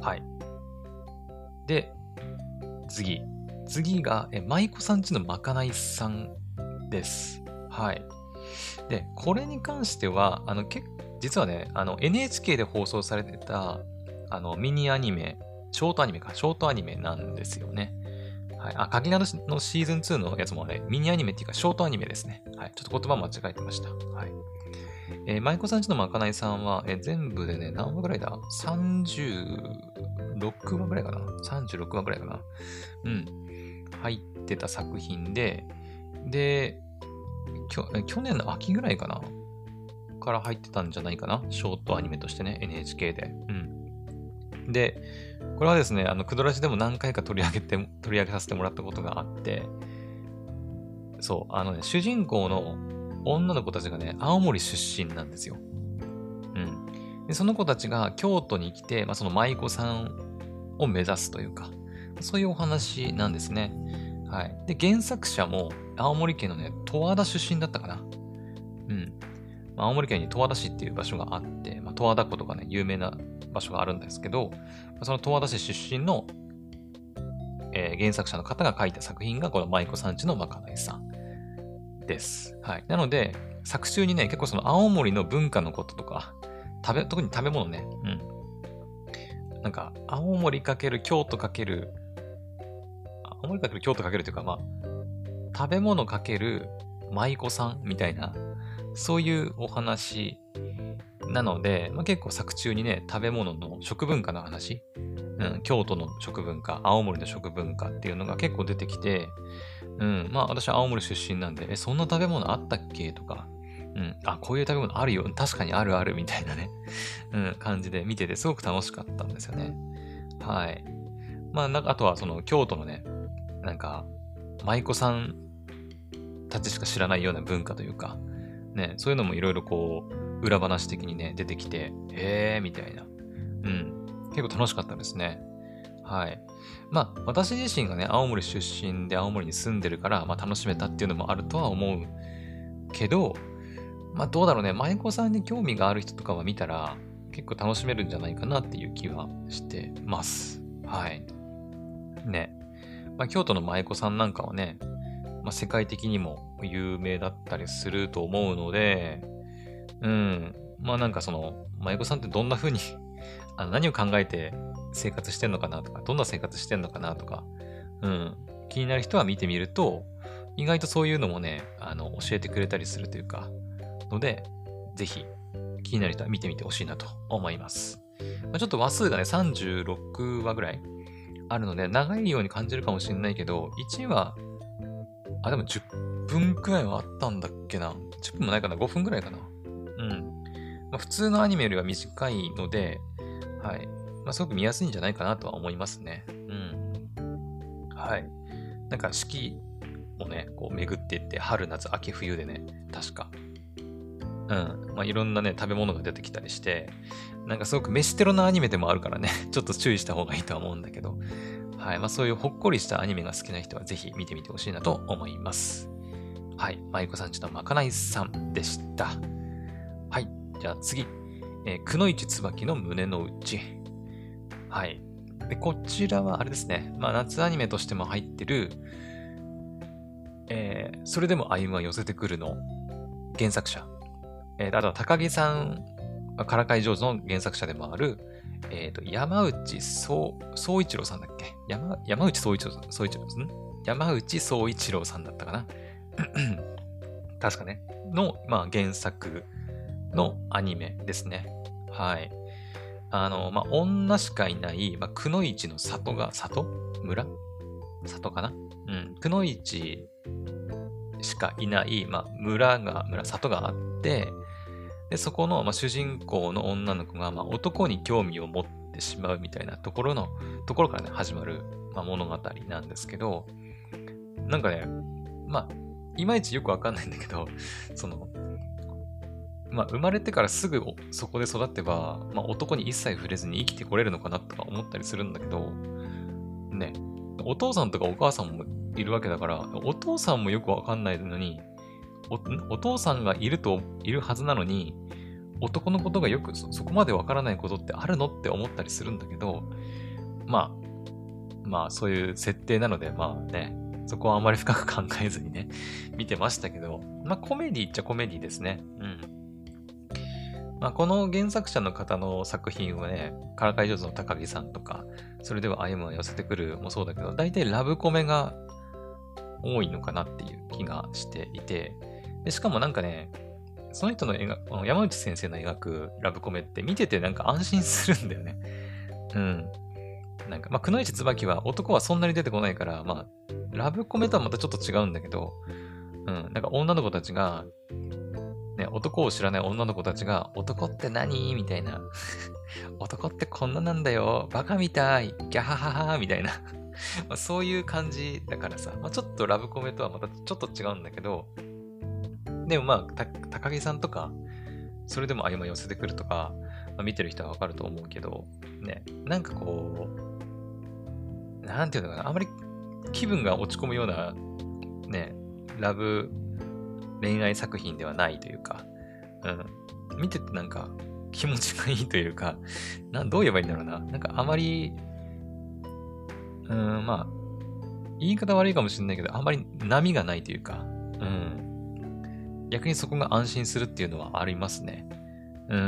はい。で、次。次が、え、舞妓さんちのまかないさんです。はい。で、これに関しては、あの、け実はね、あの、エヌエイチケー で放送されてた、あの、ミニアニメ、ショートアニメか、ショートアニメなんですよね。はい。あ、かぎなののシーズンツーのやつもね、ミニアニメっていうか、ショートアニメですね。はい。ちょっと言葉間違えてました。はい。えー、舞妓さんちのまかないさんは、えー全部でね、何話ぐらいだ ?さんじゅうろく 話ぐらいかな ?さんじゅうろく 話ぐらいかなうん。入ってた作品で、で、きょ去年の秋ぐらいかなから入ってたんじゃないかなショートアニメとしてね、エヌエイチケー で。うん。で、これはですね、あの、クドラジでも何回か取り上げて、取り上げさせてもらったことがあって、そう、あのね、主人公の女の子たちがね、青森出身なんですよ。うん。で、その子たちが京都に来て、まあ、その舞妓さんを目指すというか、そういうお話なんですね。はい。で、原作者も青森県のね、十和田出身だったかな。うん。まあ青森県に十和田市っていう場所があって、まあ、十和田湖とかね、有名な場所があるんですけど、その十和田市出身の、えー原作者の方が書いた作品がこの舞妓さんちのまかないさんです。はい。なので、作中にね、結構その青森の文化のこととか、食べ、特に食べ物ね、うん。なんか、青森かける京都かける、青森かける京都かけるというか、まあ、食べ物かける舞妓さんみたいな、そういうお話なので、まあ、結構作中にね、食べ物の食文化の話、うん、京都の食文化、青森の食文化っていうのが結構出てきて、うん、まあ私は青森出身なんで、え、そんな食べ物あったっけとか、うん、あ、こういう食べ物あるよ、確かにあるあるみたいなね、うん、感じで見ててすごく楽しかったんですよね。はい。まあ、なんかあとはその京都のね、なんか、舞妓さんたちしか知らないような文化というか、ね、そういうのもいろいろこう、裏話的にね、出てきて、へーみたいな。うん。結構楽しかったですね。はい。まあ、私自身がね、青森出身で青森に住んでるから、まあ楽しめたっていうのもあるとは思うけど、まあどうだろうね、舞妓さんに興味がある人とかは見たら、結構楽しめるんじゃないかなっていう気はしてます。はい。ね。まあ京都の舞妓さんなんかはね、まあ、世界的にも有名だったりすると思うので、うん。まあなんかその、舞妓さんってどんな風にあの何を考えて生活してんのかなとか、どんな生活してんのかなとか、うん。気になる人は見てみると、意外とそういうのもね、あの、教えてくれたりするというか、ので、ぜひ気になる人は見てみてほしいなと思います。まあ、ちょっと話数がね、さんじゅうろくわぐらいあるので、長いように感じるかもしれないけど、いちわ、あ、でもじゅっぷんくらいはあったんだっけな。じゅっぷんもないかな。ごふんくらいかな。うん。まあ、普通のアニメよりは短いので、はい。まあ、すごく見やすいんじゃないかなとは思いますね。うん。はい。なんか四季をね、こう巡っていって、春、夏、秋、冬でね、確か。うん。まあ、いろんなね、食べ物が出てきたりして、なんかすごく飯テロなアニメでもあるからね、ちょっと注意した方がいいとは思うんだけど、はい。まあ、そういうほっこりしたアニメが好きな人はぜひ見てみてほしいなと思います。はい。まゆこさんちのまかないさんでした。はい。じゃあ次。えー、くのいち椿の胸の内。はい。で、こちらはあれですね。まあ、夏アニメとしても入ってる、えー、それでも歩は寄せてくるの原作者。えー、あとは高木さん、からかい上手の原作者でもある、えっ、と、山内総総一郎さんだっけ山山内総一郎、総一郎ですね。山内総一郎さんだったかな確かね。の、まあ、原作のアニメですね。はい。あの、まあ、女しかいない、まあ、くのいちの里が、里村里かなうん。くのいちしかいない、まあ、村が、村、里があって、で、そこの、まあ、主人公の女の子が、まあ、男に興味を持ってしまうみたいなところの、ところからね、始まる、まあ、物語なんですけど、なんかね、まあ、いまいちよくわかんないんだけど、その、まあ、生まれてからすぐそこで育ってば、まあ、男に一切触れずに生きてこれるのかなとか思ったりするんだけど、ね、お父さんとかお母さんもいるわけだから、お父さんもよくわかんないのに、お、お父さんがいると、いるはずなのに、 男のことがよくそ、そこまでわからないことってあるのって思ったりするんだけど、まあ、まあそういう設定なので、まあね、そこはあまり深く考えずにね、見てましたけど、まあコメディっちゃコメディですね。うん。まあこの原作者の方の作品はね、からかい上手の高木さんとか、それでは歩むは寄せてくるもそうだけど、大体ラブコメが多いのかなっていう気がしていて、でしかもなんかね、その人の描あの山内先生の描くラブコメって見ててなんか安心するんだよね。うん。なんか、まあ、くのいち椿は男はそんなに出てこないから、まあ、ラブコメとはまたちょっと違うんだけど、うん。なんか女の子たちが、ね、男を知らない女の子たちが、男って何みたいな。男ってこんななんだよ。バカみたい。ギャハハハみたいな。まあそういう感じだからさ、まあ、ちょっとラブコメとはまたちょっと違うんだけど、でもまあ、た高木さんとか、それでも歩ま寄せてくるとか、まあ、見てる人はわかると思うけど、ね、なんかこう、なんていうのかな、あまり気分が落ち込むような、ね、ラブ恋愛作品ではないというか、うん、見ててなんか気持ちがいいというか、なんどう言えばいいんだろうな。なんかあまり、うん、まあ、言い方悪いかもしれないけど、あまり波がないというか、うん。逆にそこが安心するっていうのはありますね。うん。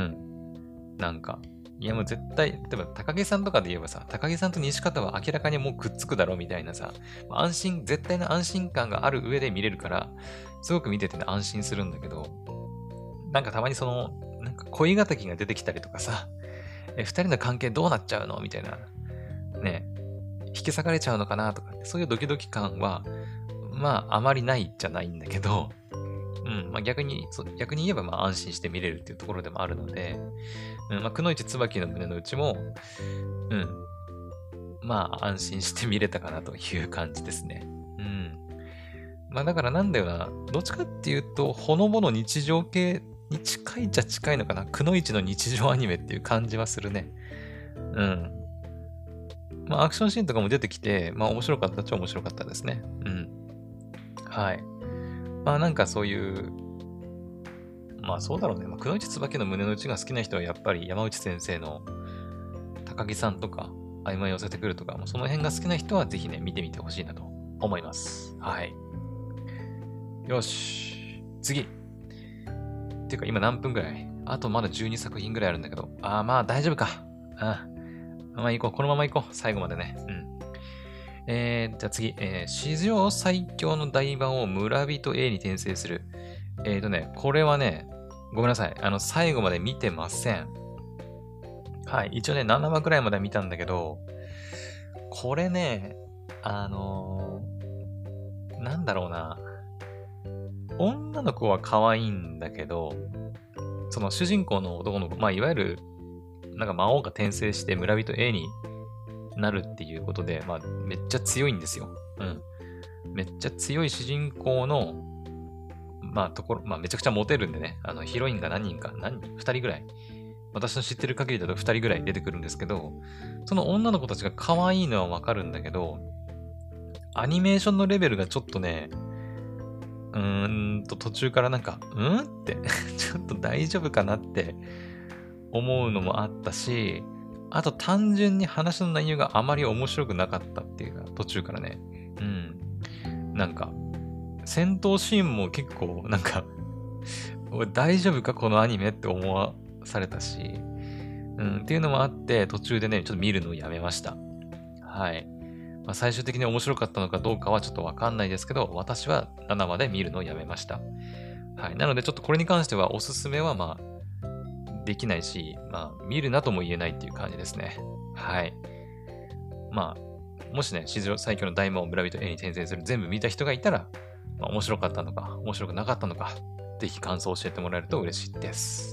なんか、いやもう絶対、例えば高木さんとかで言えばさ、高木さんと西方は明らかにもうくっつくだろうみたいなさ、安心、絶対な安心感がある上で見れるから、すごく見ててね、安心するんだけど、なんかたまにその、なんか恋敵が出てきたりとかさ、え、二人の関係どうなっちゃうのみたいな、ね、引き裂かれちゃうのかなとか、そういうドキドキ感は、まあ、あまりないじゃないんだけど、うん、まあ逆に、そう逆に言えばまあ安心して見れるっていうところでもあるので、うん、まあ、くのいち椿の胸の内も、うん、まあ安心して見れたかなという感じですね。うん。まあだからなんだよな、どっちかっていうと、ほのぼの日常系に近いっちゃ近いのかな。くのいちの日常アニメっていう感じはするね。うん。まあアクションシーンとかも出てきて、まあ面白かったっちゃ面白かったですね。うん。はい。まあなんかそういう、まあそうだろうね。まあ、くのいち椿の胸の内が好きな人はやっぱり山内先生の高木さんとか、合間寄せてくるとか、もうその辺が好きな人はぜひね、見てみてほしいなと思います。はい。よし。次。っていうか今何分ぐらいあとまだじゅうにさく品ぐらいあるんだけど。ああ、まあ大丈夫か。ああ。まあ行こう。このまま行こう。最後までね。うん。えー、じゃあ次。えー、史上最強の大盤を村人 A に転生する。えーとね、これはね、ごめんなさい。あの、最後まで見てません。はい。一応ね、ななわくらいまで見たんだけど、これね、あのーなんだろうな。女の子は可愛いんだけど、その主人公の男の子、まあ、いわゆる、なんか魔王が転生して村人 A になるっていうことで、まあ、めっちゃ強いんですよ。うん。めっちゃ強い主人公の、まあ、ところ、まあ、めちゃくちゃモテるんでね、あの、ヒロインが何人か、何人 ?ふた 人ぐらい。私の知ってる限りだとふたりぐらい出てくるんですけど、その女の子たちが可愛いのはわかるんだけど、アニメーションのレベルがちょっとね、うーんと途中からなんか、うんってちょっと大丈夫かなって思うのもあったし、あと単純に話の内容があまり面白くなかったっていうか、途中からね。うん。なんか、戦闘シーンも結構なんかおい大丈夫かこのアニメって思わされたし、うん、っていうのもあって、途中でね、ちょっと見るのをやめました。はい。まあ、最終的に面白かったのかどうかはちょっとわかんないですけど、私はななわで見るのをやめました。はい。なので、ちょっとこれに関してはおすすめはまあ、できないし、まあ、見るなとも言えないっていう感じですね。はい。まあ、もしね、史上最強の大魔王村人 A に転生する全部見た人がいたら、まあ、面白かったのか、面白くなかったのか、ぜひ感想を教えてもらえると嬉しいです。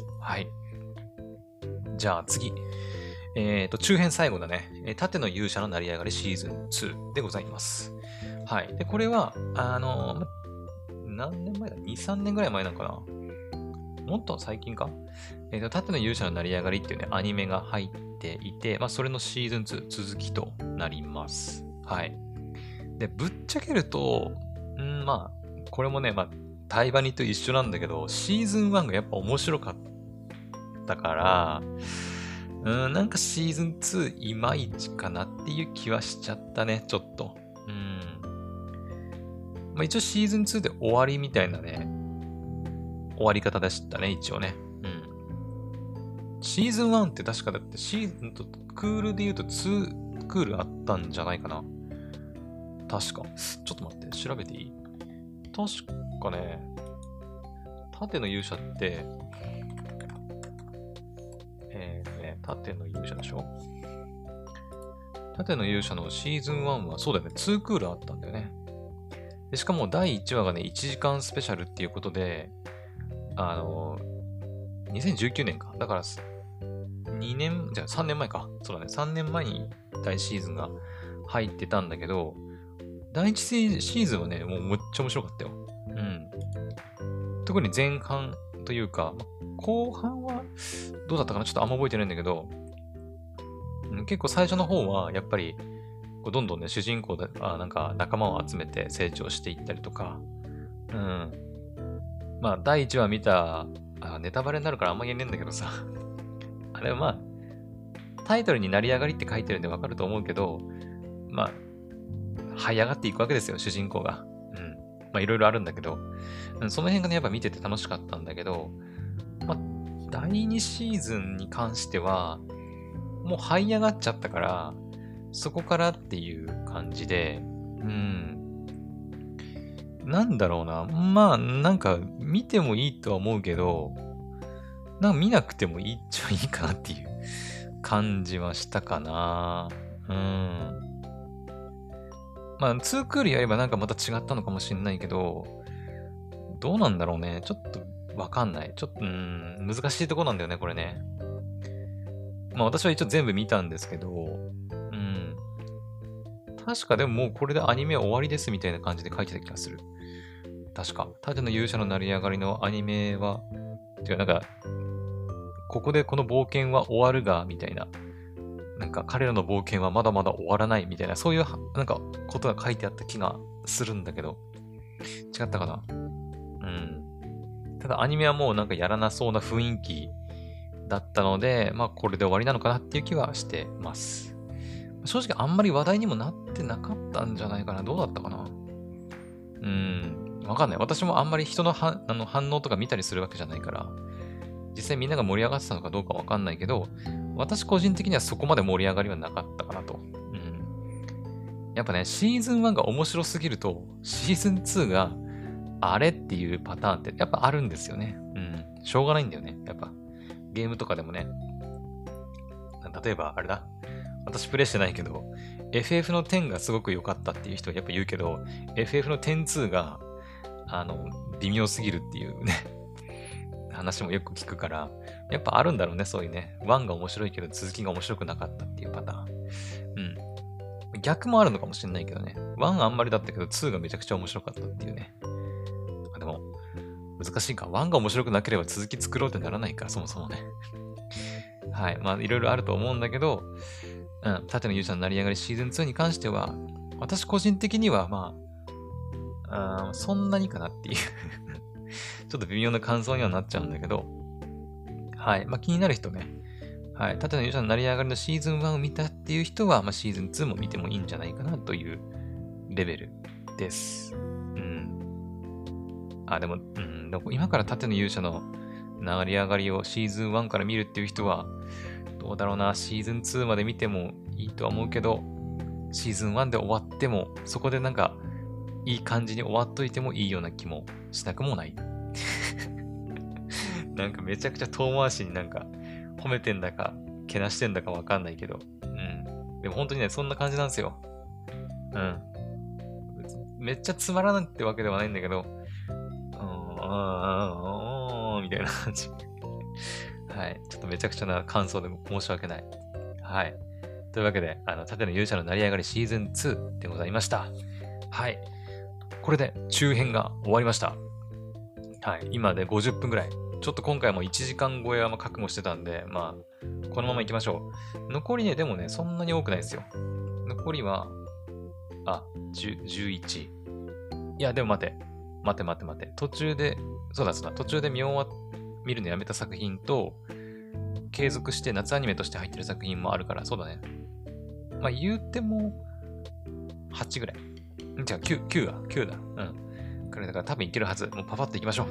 はい。じゃあ次。えっと、中編最後だね。えー盾の勇者の成り上がりシーズンツーでございます。はい。で、これは、あのーま何年前だ ?に、さんねんぐらい前なのかなもっと最近かえっと、盾の勇者の成り上がりっていうね、アニメが入っていて、まあ、それのシーズンツー続きとなります。はい。で、ぶっちゃけると、んまあ、これもね、まあ、タイバニと一緒なんだけど、シーズンワンがやっぱ面白かっったから、うーん、なんかシーズンツーいまいちかなっていう気はしちゃったね、ちょっと。うん。まあ一応シーズンツーで終わりみたいなね、終わり方でしたね、一応ね。うん。シーズンワンって確かだってシーズンとクールで言うとツークールあったんじゃないかな。確か。ちょっと待って、調べていい？確かね、盾の勇者って、えーね、盾の勇者でしょ？盾の勇者のシーズンワンは、そうだよね、ツークールあったんだよね。でしかもだいいちわがね、いちじかんスペシャルっていうことで、あの、にせんじゅうきゅうねんか。だから、にねん、じゃあさんねんまえか。そうだね、さんねんまえに大シーズンが入ってたんだけど、だいいちシーズンはね、もうめっちゃ面白かったよ。うん。特に前半というか、後半はどうだったかなちょっとあんま覚えてないんだけど、うん、結構最初の方はやっぱりこうどんどんね、主人公で、あ、なんか仲間を集めて成長していったりとか、うん。まあ、だいいちわ見た、あ、ネタバレになるからあんま言えねえんだけどさ、あれはまあ、タイトルに成り上がりって書いてるんでわかると思うけど、まあ、這い上がっていくわけですよ、主人公が。うん。まあ、いろいろあるんだけど、うん、その辺がね、やっぱ見てて楽しかったんだけど、まあ、だいにシーズンに関しては、もう這い上がっちゃったから、そこからっていう感じで、うん。なんだろうな。まあ、なんか、見てもいいとは思うけど、なんか見なくてもいいっちゃいいかなっていう感じはしたかな。うん。まあ、ツークールやればなんかまた違ったのかもしれないけど、どうなんだろうね。ちょっとわかんない。ちょっと、うーん、難しいとこなんだよね、これね。まあ私は一応全部見たんですけど、うん。確かでももうこれでアニメ終わりですみたいな感じで書いてた気がする。確か。盾の勇者の成り上がりのアニメは、てかなんか、ここでこの冒険は終わるが、みたいな。なんか彼らの冒険はまだまだ終わらないみたいな、そういうなんかことが書いてあった気がするんだけど、違ったかな？うん。ただアニメはもうなんかやらなそうな雰囲気だったので、まあこれで終わりなのかなっていう気はしてます。正直あんまり話題にもなってなかったんじゃないかな。どうだったかな？うーん。わかんない。私もあんまり人のはあの反応とか見たりするわけじゃないから、実際みんなが盛り上がってたのかどうかわかんないけど、私個人的にはそこまで盛り上がりはなかったかなと。うん。やっぱね、シーズンワンが面白すぎると、シーズンツーがあれっていうパターンってやっぱあるんですよね。うん。しょうがないんだよね。やっぱ。ゲームとかでもね。例えば、あれだ。私プレイしてないけど、エフエフ のテンがすごく良かったっていう人はやっぱ言うけど、エフエフ のテンツーが、あの、微妙すぎるっていうね話もよく聞くから、やっぱあるんだろうね、そういうね。ワンが面白いけど続きが面白くなかったっていうパターン。うん。逆もあるのかもしれないけどね。ワンあんまりだったけどツーがめちゃくちゃ面白かったっていうね。あ、でも、難しいか。ワンが面白くなければ続き作ろうってならないか、そもそもね。はい。まあ、いろいろあると思うんだけど、うん。盾の勇者の成り上がりシーズンツーに関しては、私個人的には、まあ、あそんなにかなっていうちょっと微妙な感想にはなっちゃうんだけど、はい。まあ、気になる人ね。はい。盾の勇者の成り上がりのシーズンワンを見たっていう人は、まあ、シーズンツーも見てもいいんじゃないかなというレベルです。うん。あ、でも、うん、でも今から盾の勇者の成り上がりをシーズンワンから見るっていう人は、どうだろうな、シーズンツーまで見てもいいとは思うけど、シーズンワンで終わっても、そこでなんか、いい感じに終わっといてもいいような気もしなくもない。なんかめちゃくちゃ遠回しになんか褒めてんだか、けなしてんだかわかんないけど。うん。でも本当にね、そんな感じなんですよ。うん。めっちゃつまらないってわけではないんだけど、うーん、あー、みたいな感じ。はい。ちょっとめちゃくちゃな感想でも申し訳ない。はい。というわけで、あの、盾の勇者の成り上がりシーズンツーでございました。はい。これで中編が終わりました。はい。今でごじゅっぷんぐらい。ちょっと今回もいちじかん超えはまあ覚悟してたんで、まあ、このまま行きましょう。残りね、でもね、そんなに多くないですよ。残りは、あ、じゅう、じゅういち。いや、でも待て。待て待て待て。途中で、そうだそうだ、途中で見終わ、見るのやめた作品と、 継続して夏アニメとして入ってる作品もあるから、そうだね。まあ言うても、はちぐらい。ん違う、きゅう、きゅうだ。きゅうだ。うん。これだから多分いけるはず。もうパパッといきましょう。うん。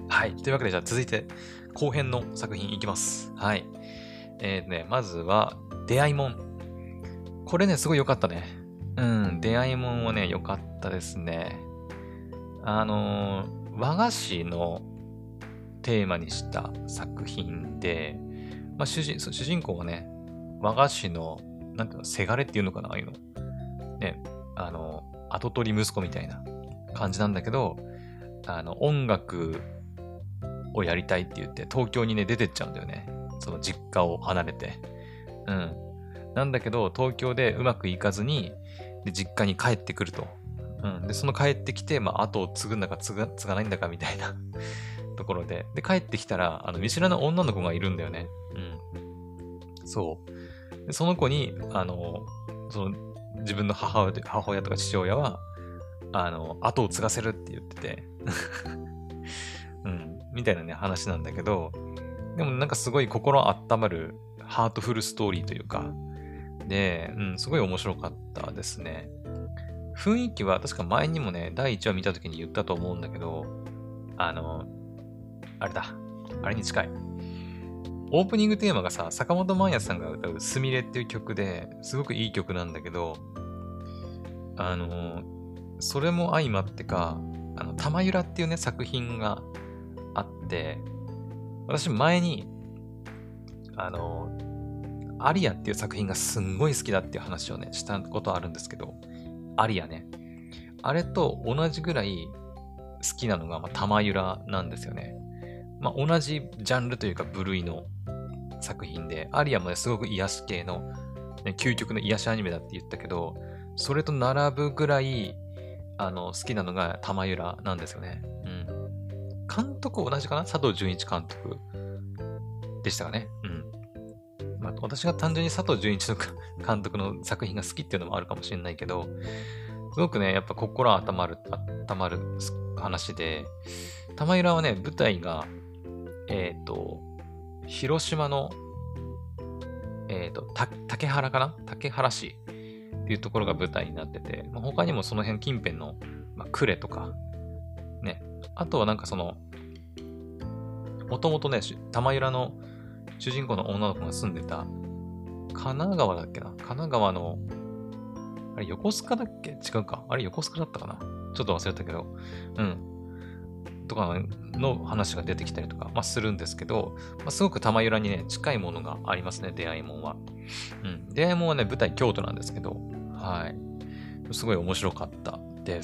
はい。というわけで、じゃあ続いて、後編の作品いきます。はい。えーね、まずは、出会いもん。これね、すごい良かったね。うん、出会いもんはね、良かったですね。あのー和菓子のテーマにした作品で、まあ、主人、主人公がね、和菓子の、なんていうの、せがれっていうのかな、ああいうの。ね、あの、跡取り息子みたいな感じなんだけど、あの、音楽をやりたいって言って、東京にね、出てっちゃうんだよね。その実家を離れて。うん。なんだけど、東京でうまくいかずに、で、実家に帰ってくると。うん。で、その帰ってきて、まあ、後を継ぐんだか継が、継がないんだかみたいなところで。で、帰ってきたら、あの、見知らぬ女の子がいるんだよね。うん。そう。で、その子に、あの、その、自分の母親母親とか父親は、あの、後を継がせるって言ってて、うん。みたいなね、話なんだけど、でもなんかすごい心温まるハートフルストーリーというか、で、うん、すごい面白かったですね。雰囲気は確か前にもね、だいいちわ見た時に言ったと思うんだけど、あの、あれだ、あれに近い。オープニングテーマがさ、坂本真綾さんが歌うすみれっていう曲ですごくいい曲なんだけど、あの、それも相まってか、あの、玉ゆらっていうね、作品があって、私前に、あの、アリアっていう作品がすんごい好きだっていう話をね、したことあるんですけど、アリアね。あれと同じぐらい好きなのが、まあ、玉ゆらなんですよね。まあ、同じジャンルというか部類の作品で、アリアもね、すごく癒し系の、ね、究極の癒しアニメだって言ったけど、それと並ぶぐらい、あの、好きなのが玉ゆらなんですよね。うん。監督同じかな佐藤純一監督でしたかね。うん。まあ、私が単純に佐藤純一の監督の作品が好きっていうのもあるかもしれないけど、すごくね、やっぱ心温まる、温まる話で、玉浦はね、舞台が、えっと、広島の、えっと、た竹原かな竹原市っていうところが舞台になってて、まあ、他にもその辺近辺の、まあ、呉とか、ね、あとはなんかその、もともとね、玉浦の主人公の女の子が住んでた、神奈川だっけな神奈川の、あれ横須賀だっけ違うかあれ横須賀だったかなちょっと忘れたけど、うん。とかの話が出てきたりとか、まあ、するんですけど、まあ、すごく玉浦にね、近いものがありますね、出会いもんは。うん。出会いもんはね、舞台京都なんですけど、はい。すごい面白かったです。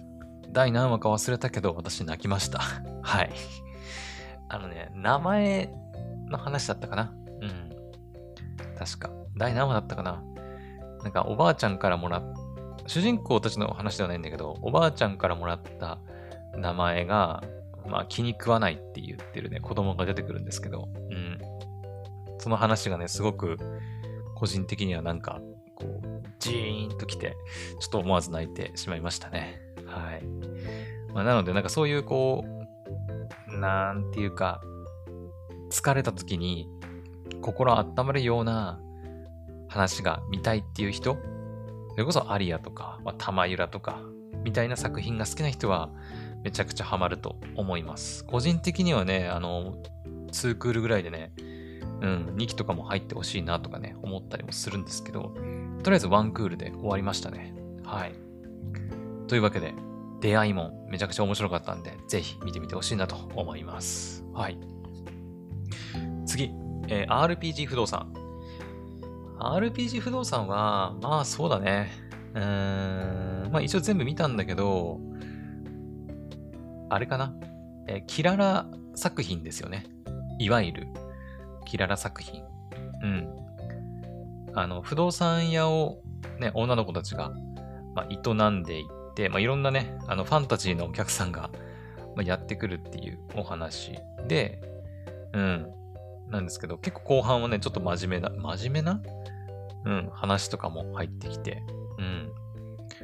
第何話か忘れたけど、私泣きました。はい。あのね、名前の話だったかなうん。確か。第何話だったかななんかおばあちゃんからもらっ、主人公たちの話ではないんだけど、おばあちゃんからもらった名前が、まあ気に食わないって言ってるね、子供が出てくるんですけど、うん。その話がね、すごく個人的にはなんか、こう、ジーンときて、ちょっと思わず泣いてしまいましたね。はい。まあ、なので、なんかそういうこう、なんていうか、疲れた時に心温まるような話が見たいっていう人、それこそアリアとか、まあ、玉ゆらとか、みたいな作品が好きな人は、めちゃくちゃハマると思います。個人的にはね、あの、にクールぐらいでね、うん、にきとかも入ってほしいなとかね、思ったりもするんですけど、とりあえずワンクールで終わりましたね。はい。というわけで、出会いもめちゃくちゃ面白かったんで、ぜひ見てみてほしいなと思います。はい。次、えー アールピージー 不動産。アールピージー 不動産は、まあそうだね。うーん、まあ一応全部見たんだけど、あれかな。えーキララ作品ですよね。いわゆる、キララ作品。うん。あの、不動産屋をね、女の子たちが、まあ、営んでいって、まあいろんなね、あの、ファンタジーのお客さんが、まあ、やってくるっていうお話で、うん。なんですけど、結構後半はね、ちょっと真面目な、真面目なうん、話とかも入ってきて、うん。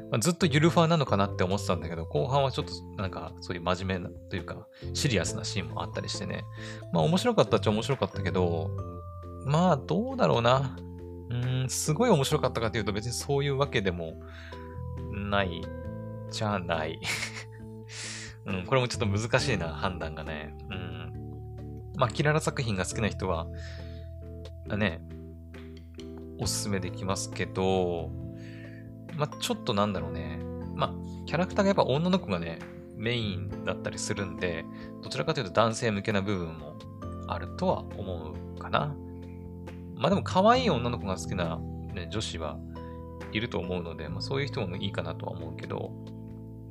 まあ、ずっとゆるファーなのかなって思ってたんだけど、後半はちょっとなんかそういう真面目なというか、シリアスなシーンもあったりしてね。まあ面白かったっちゃ面白かったけど、まあどうだろうな。うーん、すごい面白かったかというと別にそういうわけでもないじゃない。うん、これもちょっと難しいな、判断がね。うん。まあ、キララ作品が好きな人は、ね、おすすめできますけど、まあ、ちょっとなんだろうね。まあ、キャラクターがやっぱ女の子がね、メインだったりするんで、どちらかというと男性向けな部分もあるとは思うかな。まあでも可愛い女の子が好きな、ね、女子はいると思うので、まあ、そういう人もいいかなとは思うけど、うん。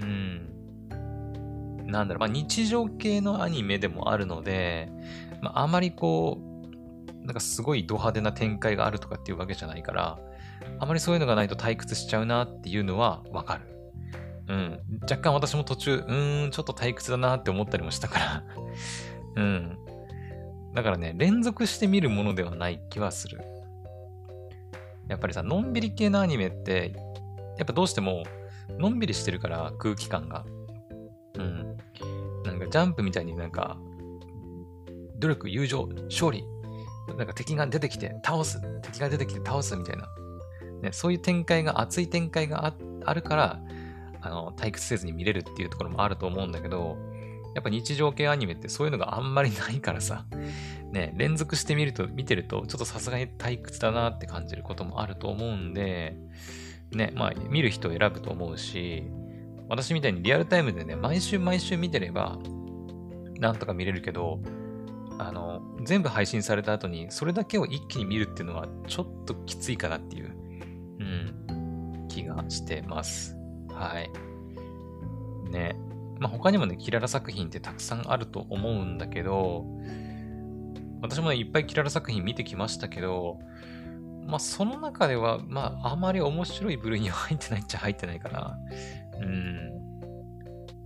なんだろう、まあ日常系のアニメでもあるので、まああまりこう、なんかすごいド派手な展開があるとかっていうわけじゃないから、あまりそういうのがないと退屈しちゃうなっていうのはわかる。うん。若干私も途中、うーん、ちょっと退屈だなって思ったりもしたからうん。だからね、連続して見るものではない気はする。やっぱりさ、のんびり系のアニメって、やっぱどうしても、のんびりしてるから空気感が。うん。なんかジャンプみたいになんか、努力、友情、勝利。なんか敵が出てきて倒す。敵が出てきて倒すみたいな。ね、そういう展開が、熱い展開が あ, あるから、あの、退屈せずに見れるっていうところもあると思うんだけど、やっぱ日常系アニメってそういうのがあんまりないからさ、ね、連続して見ると、見てると、ちょっとさすがに退屈だなって感じることもあると思うんで、ね、まあ、見る人を選ぶと思うし、私みたいにリアルタイムでね、毎週毎週見てれば、なんとか見れるけど、あの、全部配信された後に、それだけを一気に見るっていうのは、ちょっときついかなっていう、うん、気がしてます。はい。ね。まあ、他にもね、キララ作品ってたくさんあると思うんだけど、私もね、いっぱいキララ作品見てきましたけど、まあ、その中では、まあ、あまり面白い部類には入ってないっちゃ入ってないかな。うん。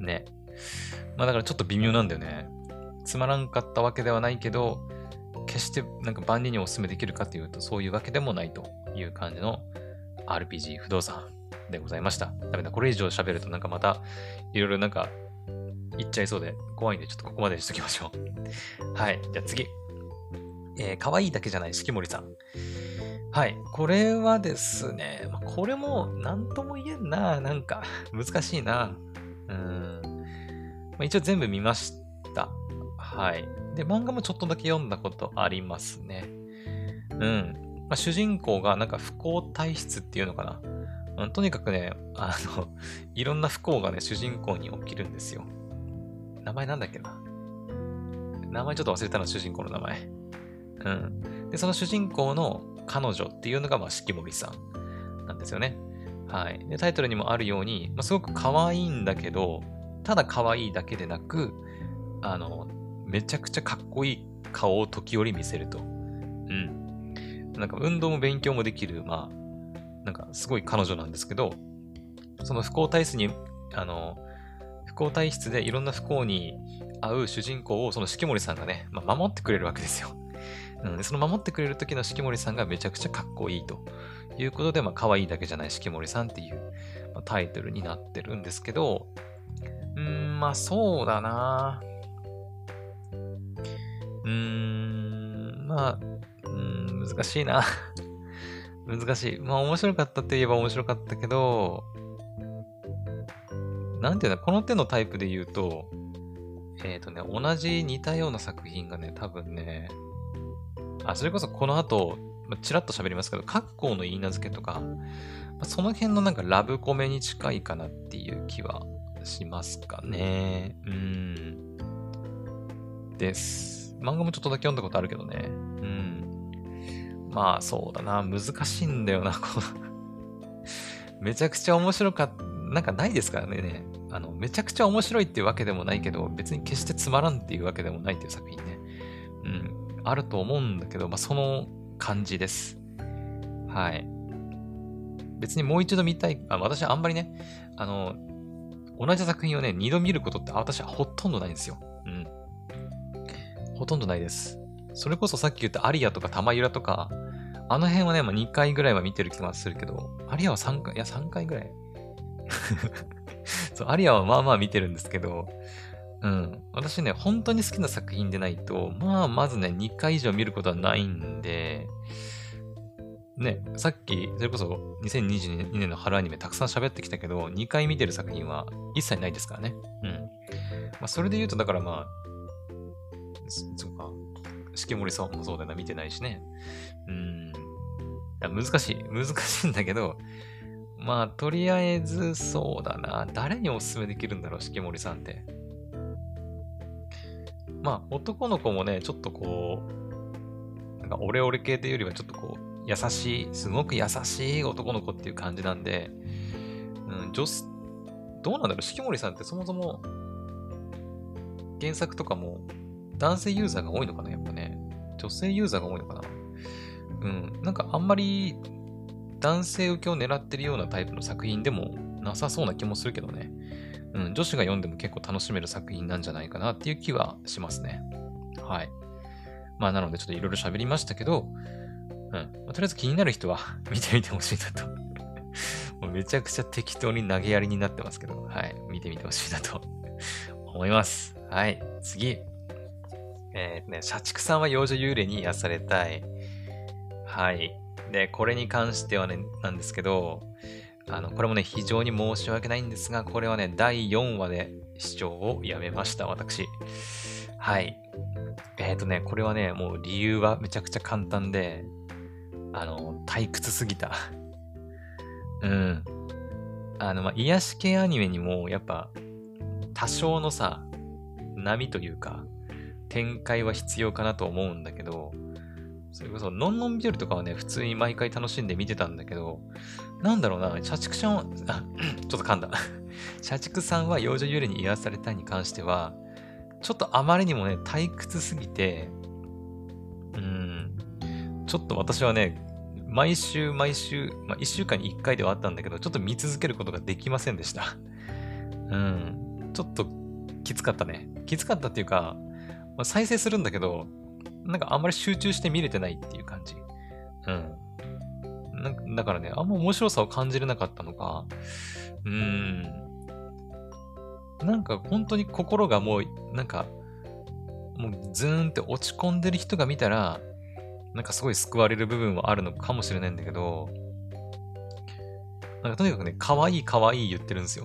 ね。まあ、だからちょっと微妙なんだよね。つまらんかったわけではないけど、決してなんか万人にお勧めできるかというと、そういうわけでもないという感じの アールピージー 不動産でございました。ダメだ、これ以上喋るとなんかまたいろいろなんか言っちゃいそうで怖いんで、ちょっとここまでにしときましょう。はい、じゃあ次。えー、可愛いだけじゃない、四季森さん。はい、これはですね、まあ、これも何とも言えんな、なんか難しいな。うーん。まあ、一応全部見ました。はい。で、漫画もちょっとだけ読んだことありますね。うん。まあ、主人公がなんか不幸体質っていうのかな。うん、とにかくね、あの、いろんな不幸がね、主人公に起きるんですよ。名前なんだっけな。名前ちょっと忘れたの、主人公の名前。うん。で、その主人公の彼女っていうのが、まあ、四季森さんなんですよね。はい。で、タイトルにもあるように、まあ、すごく可愛いんだけど、ただ可愛いだけでなく、あの、めちゃくちゃかっこいい顔を時折見せると。うん。なんか運動も勉強もできる、まあ、なんかすごい彼女なんですけど、その不幸体質に、あの、不幸体質でいろんな不幸に遭う主人公をその四季森さんがね、まあ、守ってくれるわけですよ。うん、でその守ってくれる時の四季森さんがめちゃくちゃかっこいいということで、まあ、可愛いだけじゃない四季森さんっていう、まあ、タイトルになってるんですけど、うーん、まあそうだな。うーん、まあ、うーん、難しいな。難しい。まあ面白かったって言えば面白かったけど、なんていうの、この手のタイプで言うと、えっとね、同じ似たような作品がね、多分ね、あ、それこそこの後、まあ、ちらっと喋りますけど、格好の言い名付けとか、まあ、その辺のなんかラブコメに近いかなっていう気はしますかね。うーん。です。漫画もちょっとだけ読んだことあるけどね。うん。まあそうだな。難しいんだよな。このめちゃくちゃ面白かった。なんかないですからね。あの、めちゃくちゃ面白いっていうわけでもないけど、別に決してつまらんっていうわけでもないっていう作品ね。うん。あると思うんだけど、まあその感じです。はい。別にもう一度見たい。あ、私はあんまりね、あの、同じ作品をね、二度見ることって私はほとんどないんですよ。うん。ほとんどないです。それこそさっき言ったアリアとかタマユラとか、あの辺はね、まあ、にかいぐらいは見てる気がするけど、アリアはさんかい、いやさんかいぐらい。 そう、アリアはまあまあ見てるんですけど、うん。私ね、本当に好きな作品でないと、まあ、まずね、にかい以上見ることはないんで、ね、さっき、それこそにせんにじゅうにねんの春アニメたくさん喋ってきたけど、にかい見てる作品は一切ないですからね。うん。まあ、それで言うと、だからまあ、そそうか、四季森さんもそうだな、見てないしね。うん。いや難しい。難しいんだけど、まあ、とりあえず、そうだな。誰におすすめできるんだろう、四季森さんって。まあ、男の子もね、ちょっとこう、なんかオレオレ系というよりはちょっとこう、優しい、すごく優しい男の子っていう感じなんで、うん、女子、どうなんだろう、四季森さんってそもそも原作とかも男性ユーザーが多いのかな、やっぱね。女性ユーザーが多いのかな。うん、なんかあんまり男性受けを狙ってるようなタイプの作品でもなさそうな気もするけどね。うん、女子が読んでも結構楽しめる作品なんじゃないかなっていう気はしますね。はい。まあなのでちょっといろいろ喋りましたけど、うん。まあ、とりあえず気になる人は見てみてほしいなともうめちゃくちゃ適当に投げやりになってますけど、はい。見てみてほしいなと思います。はい。次。えー、ね、社畜さんは幼女幽霊に癒されたい。はい。で、これに関してはね、なんですけど、あの、これもね、非常に申し訳ないんですが、これはね、だいよんわで視聴をやめました、私。はい。えっ、ー、とね、これはね、もう理由はめちゃくちゃ簡単で、あの、退屈すぎた。うん。あの、まあ、癒し系アニメにも、やっぱ、多少のさ、波というか、展開は必要かなと思うんだけど、それこそ、のんのんびよりとかはね、普通に毎回楽しんで見てたんだけど、なんだろうな、社畜さんは、あ、ちょっと噛んだ。社畜さんは幼女幽霊に癒されたいに関しては、ちょっとあまりにもね、退屈すぎて、うーん、ちょっと私はね、毎週毎週、まあ、いっしゅうかんにいっかいではあったんだけど、ちょっと見続けることができませんでした。うん。ちょっときつかったね。きつかったっていうか、まあ、再生するんだけど、なんかあんまり集中して見れてないっていう感じ。うん。なんかだからね、あんま面白さを感じれなかったのか、うーん。なんか本当に心がもう、なんか、もうズーンって落ち込んでる人が見たら、なんかすごい救われる部分はあるのかもしれないんだけど、なんかとにかくね、可愛い可愛い言ってるんですよ。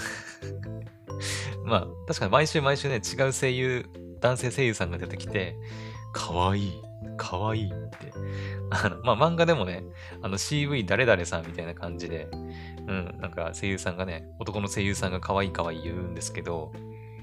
まあ、確かに毎週毎週ね、違う声優、男性声優さんが出てきて、可愛い可愛いって。あの、まあ漫画でもね、あの シーブイ 誰々さんみたいな感じで、うん、なんか声優さんがね、男の声優さんが可愛い可愛い言うんですけど、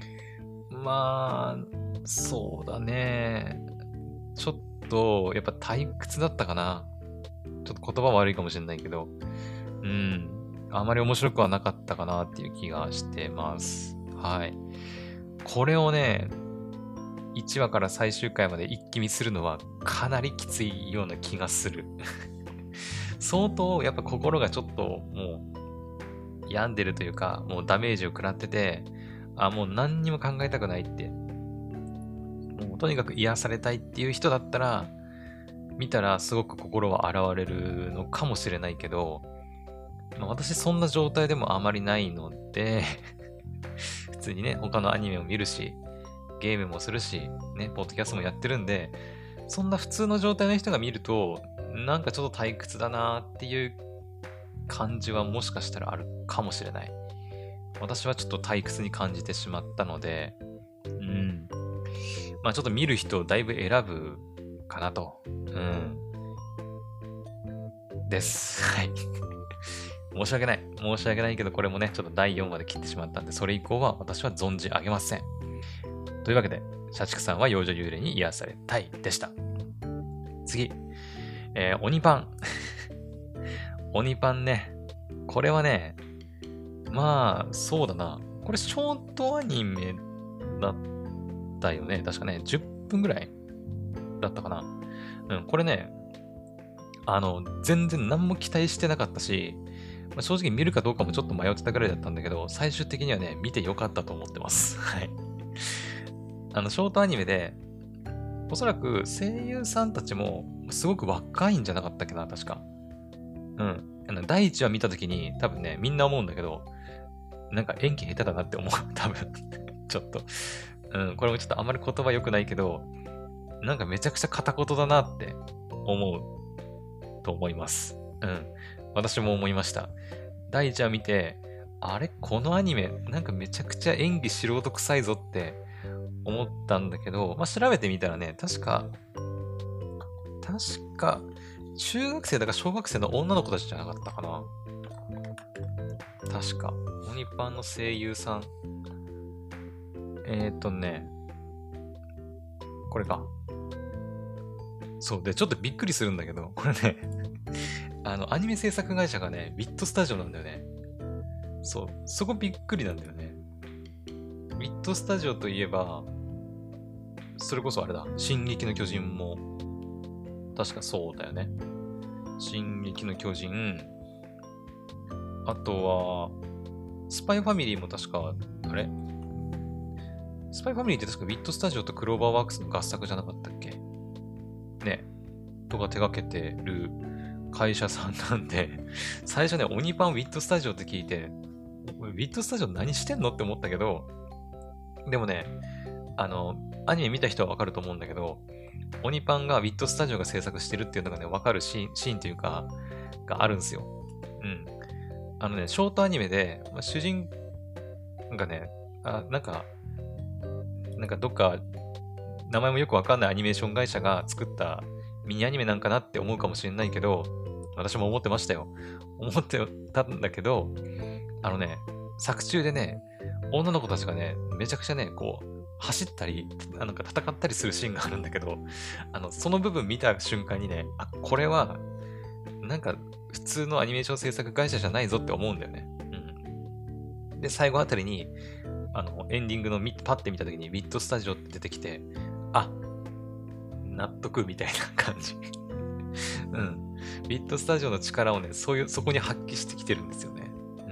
まあ、そうだね。ちょっと、やっぱ退屈だったかな。ちょっと言葉悪いかもしれないけど、うん。あまり面白くはなかったかなっていう気がしてます。はい。これをね、いちわから最終回まで一気見するのはかなりきついような気がする。相当やっぱ心がちょっともう病んでるというか、もうダメージを食らってて、あ、もう何にも考えたくないって、もうとにかく癒されたいっていう人だったら、見たらすごく心は洗われるのかもしれないけど、まあ、私そんな状態でもあまりないので普通にね、他のアニメも見るし、ゲームもするし、ね、ポッドキャストもやってるんで、そんな普通の状態の人が見ると、なんかちょっと退屈だなっていう感じはもしかしたらあるかもしれない。私はちょっと退屈に感じてしまったので、うん。まあちょっと見る人をだいぶ選ぶかなと。うん。です。はい。申し訳ない。申し訳ないけど、これもね、ちょっとだいよんわで切ってしまったんで、それ以降は私は存じ上げません。というわけで、社畜さんは幼女幽霊に癒されたいでした。次。えー、鬼パン。鬼パンね。これはね、まあ、そうだな。これショートアニメだったよね。確かね、じゅっぷんぐらいだったかな。うん、これね、あの、全然何も期待してなかったし、まあ、正直見るかどうかもちょっと迷ってたぐらいだったんだけど、最終的にはね、見てよかったと思ってます。はい。あの、ショートアニメで、おそらく声優さんたちもすごく若いんじゃなかったっけな、確か。うん。あの第一話見たときに多分ね、みんな思うんだけど、 なんか演技下手だなって思う。多分。ちょっと。うん、これもちょっとあまり言葉良くないけど、なんかめちゃくちゃ片言だなって思うと思います。うん。私も思いました。第一話見て、あれこのアニメ、なんかめちゃくちゃ演技素人臭いぞって思ったんだけど、まあ、調べてみたらね、確か、確か、中学生だか小学生の女の子たちじゃなかったかな。確か。オニパンの声優さん。えーっとね、これか。そう。で、ちょっとびっくりするんだけど、これね、あの、アニメ制作会社がね、ビットスタジオなんだよね。そう。そこびっくりなんだよね。ビットスタジオといえば、それこそあれだ。進撃の巨人も、確かそうだよね。進撃の巨人。あとは、スパイファミリーも確か、あれスパイファミリーって確かビットスタジオとクローバーワークスの合作じゃなかったっけね。とか手掛けてる会社さんなんで、最初ね、オニパンビットスタジオって聞いて、ビットスタジオ何してんのって思ったけど、でもね、あの、アニメ見た人はわかると思うんだけど、オニパンがビットスタジオが制作してるっていうのがね、わかるシーン、シーンというか、があるんですよ。うん。あのね、ショートアニメで、まあ、主人がね、あ、なんか、なんかどっか、名前もよくわかんないアニメーション会社が作ったミニアニメなんかなって思うかもしれないけど、私も思ってましたよ。思ってたんだけど、あのね、作中でね、女の子たちがね、めちゃくちゃね、こう、走ったり、なんか戦ったりするシーンがあるんだけど、あの、その部分見た瞬間にね、あ、これは、なんか、普通のアニメーション制作会社じゃないぞって思うんだよね。うん。で、最後あたりに、あの、エンディングのみパッて見たときに、ビットスタジオって出てきて、あ、納得みたいな感じ。うん。ビットスタジオの力をね、そういう、そこに発揮してきてるんですよね。うん。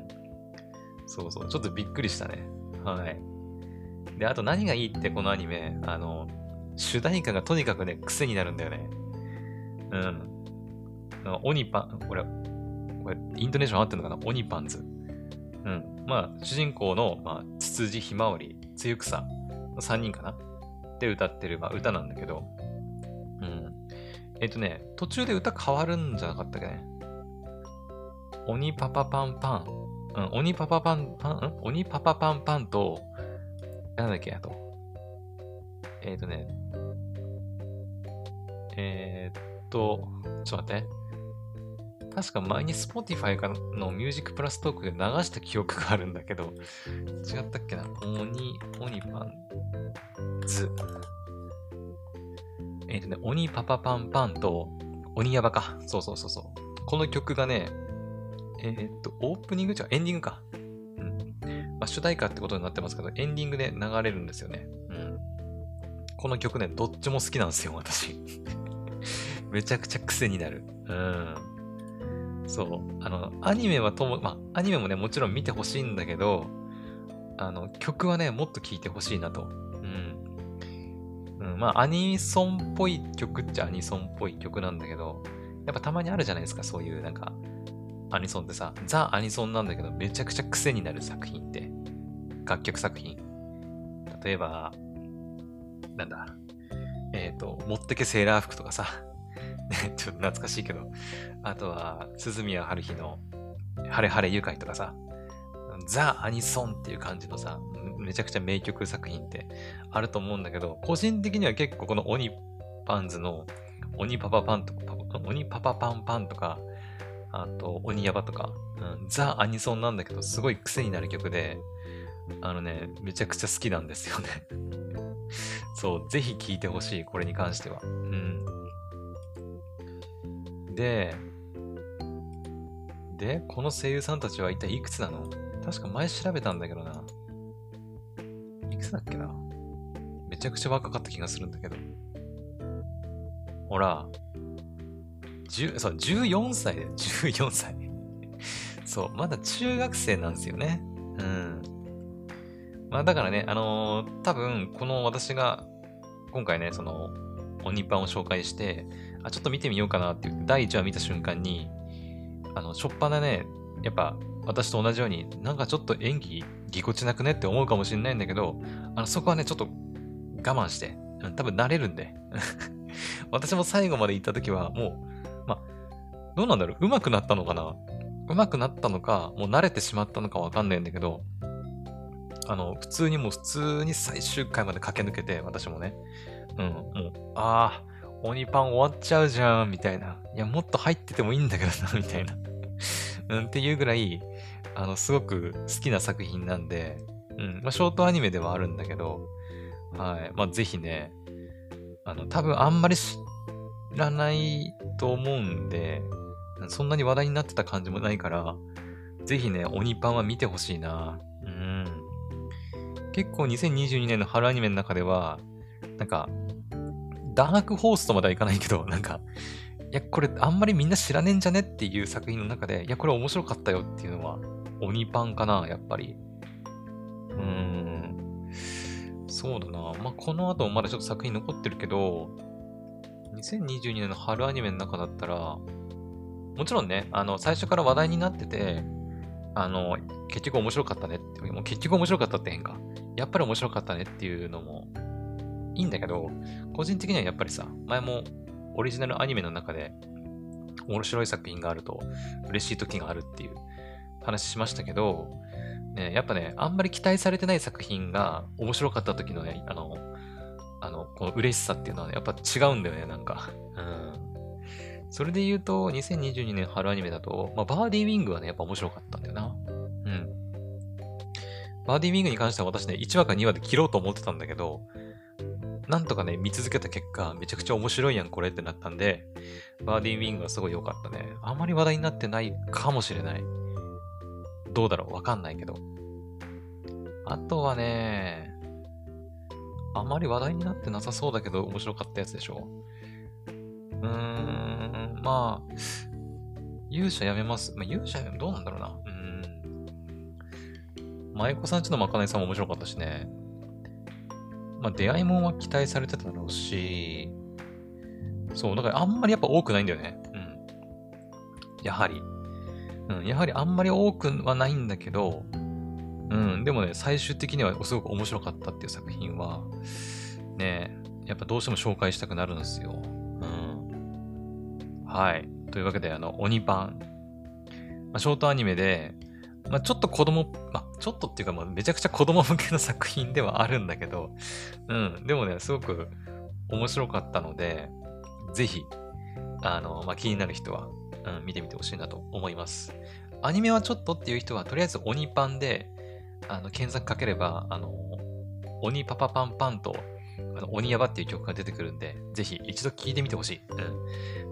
そうそう。ちょっとびっくりしたね。はい。で、あと何がいいって、このアニメ、あの、主題歌がとにかくね、癖になるんだよね。うん。あのオニパン、これ、これ、イントネーション合ってるのかなオニパンズ。うん。まあ、主人公の、まあ、ツツジ、ひまわり、つゆくさのさんにんかなで歌ってる、まあ、歌なんだけど、うん。えっとね、途中で歌変わるんじゃなかったっけね。鬼パパパンパン。うん、鬼パパパンパン、ん鬼パパパンパンと、なんだっけ、あと。えっとね、えーっと、ちょっと待って。確か前に Spotify かのミュージックプラストークで流した記憶があるんだけど、違ったっけな鬼、鬼パンズ。えっ、とね、鬼パパパンパンと鬼ヤバか。そうそうそうそう。この曲がね、えっ、と、オープニングじゃエンディングか。うん。まあ、主題歌ってことになってますけど、エンディングで流れるんですよね。うん。この曲ね、どっちも好きなんですよ、私。めちゃくちゃ癖になる。うん。そう。あの、アニメはとも、まあ、アニメもね、もちろん見てほしいんだけど、あの、曲はね、もっと聴いてほしいなと。うん。うん、まあ、アニソンっぽい曲っちゃアニソンっぽい曲なんだけど、やっぱたまにあるじゃないですか、そういうなんか、アニソンってさ、ザ・アニソンなんだけど、めちゃくちゃ癖になる作品って、楽曲作品。例えば、なんだ、えっ、と、持ってけセーラー服とかさ、ね、ちょっと懐かしいけど、あとは、鈴宮春日の、晴れ晴れ愉快とかさ、ザ・アニソンっていう感じのさ、めちゃくちゃ名曲作品ってあると思うんだけど、個人的には結構このオニパンズのオニパパパンとか、オニパパパンパンとか、あと、鬼ヤバとか、うん、ザ・アニソンなんだけど、すごい癖になる曲で、あのね、めちゃくちゃ好きなんですよね。そう、ぜひ聴いてほしい、これに関しては。うん。で、で、この声優さんたちは一体いくつなの？確か前調べたんだけどな。いくつだっけな。めちゃくちゃ若かった気がするんだけど。ほら、じゅう、そう、じゅうよんさいで、じゅうよんさい。そう、まだ中学生なんですよね。うん。まあだからね、あのー多分、この私が、今回ね、その、鬼パンを紹介して、あ、ちょっと見てみようかなって言って、だいいちわ見た瞬間に、あの、しょっぱなね、やっぱ、 私と同じように、なんかちょっと演技ぎこちなくねって思うかもしれないんだけど、あの、そこはね、ちょっと我慢して、うん、多分慣れるんで。私も最後まで行った時は、もう、まあ、どうなんだろう、上手くなったのかな、上手くなったのか、もう慣れてしまったのかわかんないんだけど、あの、普通にもう普通に最終回まで駆け抜けて、私もね。うん、もう、ああ、鬼パン終わっちゃうじゃん、みたいな。いや、もっと入っててもいいんだけどな、みたいな。うん、っていうぐらい、あの、すごく好きな作品なんで、うん、まあ、ショートアニメではあるんだけど、はい。まあ、ぜひね、あの、多分あんまり知らないと思うんで、そんなに話題になってた感じもないから、ぜひね、鬼パンは見てほしいな。うん。結構にせんにじゅうにねんの春アニメの中では、なんか、ダークホースとまではいかないけど、なんか、いや、これあんまりみんな知らねえんじゃねっていう作品の中で、いや、これ面白かったよっていうのは、鬼パンかな、やっぱり。うーん。そうだな。まあ、この後もまだちょっと作品残ってるけど、にせんにじゅうにねんの春アニメの中だったら、もちろんね、あの、最初から話題になってて、あの、結局面白かったねって、もう結局面白かったって変か。やっぱり面白かったねっていうのもいいんだけど、個人的にはやっぱりさ、前もオリジナルアニメの中で面白い作品があると嬉しい時があるっていう話しましたけど、ね、やっぱね、あんまり期待されてない作品が面白かった時のね、あの、あの、この嬉しさっていうのはね、やっぱ違うんだよね、なんか。うん。それで言うと、にせんにじゅうにねん春アニメだと、まあ、バーディーウィングはね、やっぱ面白かったんだよな。うん。バーディーウィングに関しては私ね、いちわかにわで切ろうと思ってたんだけど、なんとかね、見続けた結果、めちゃくちゃ面白いやん、これってなったんで、バーディーウィングはすごい良かったね。あまり話題になってないかもしれない。どうだろうわかんないけど。あとはね、あまり話題になってなさそうだけど面白かったやつでしょ。うーん、まあ、勇者やめます。まあ、勇者どうなんだろうな。うーん。舞妓さんちのまかないさんも面白かったしね。まあ、出会いもんは期待されてただろうし、そう、だからあんまりやっぱ多くないんだよね。うん。やはり。うん、やはりあんまり多くはないんだけど、うん、でもね、最終的にはすごく面白かったっていう作品は、ね、やっぱどうしても紹介したくなるんですよ。うん。はい。というわけで、あの、鬼パン。まあ、ショートアニメで、まあ、ちょっと子供、まあ、ちょっとっていうか、まあ、めちゃくちゃ子供向けの作品ではあるんだけど、うん。でもね、すごく面白かったので、ぜひ、あの、まあ、気になる人は、うん、見てみてほしいなと思います。アニメはちょっとっていう人は、とりあえず鬼パンで、あの、検索かければ、あの、鬼パパパンパンと、あの、鬼ヤバっていう曲が出てくるんで、ぜひ一度聴いてみてほしい。うん。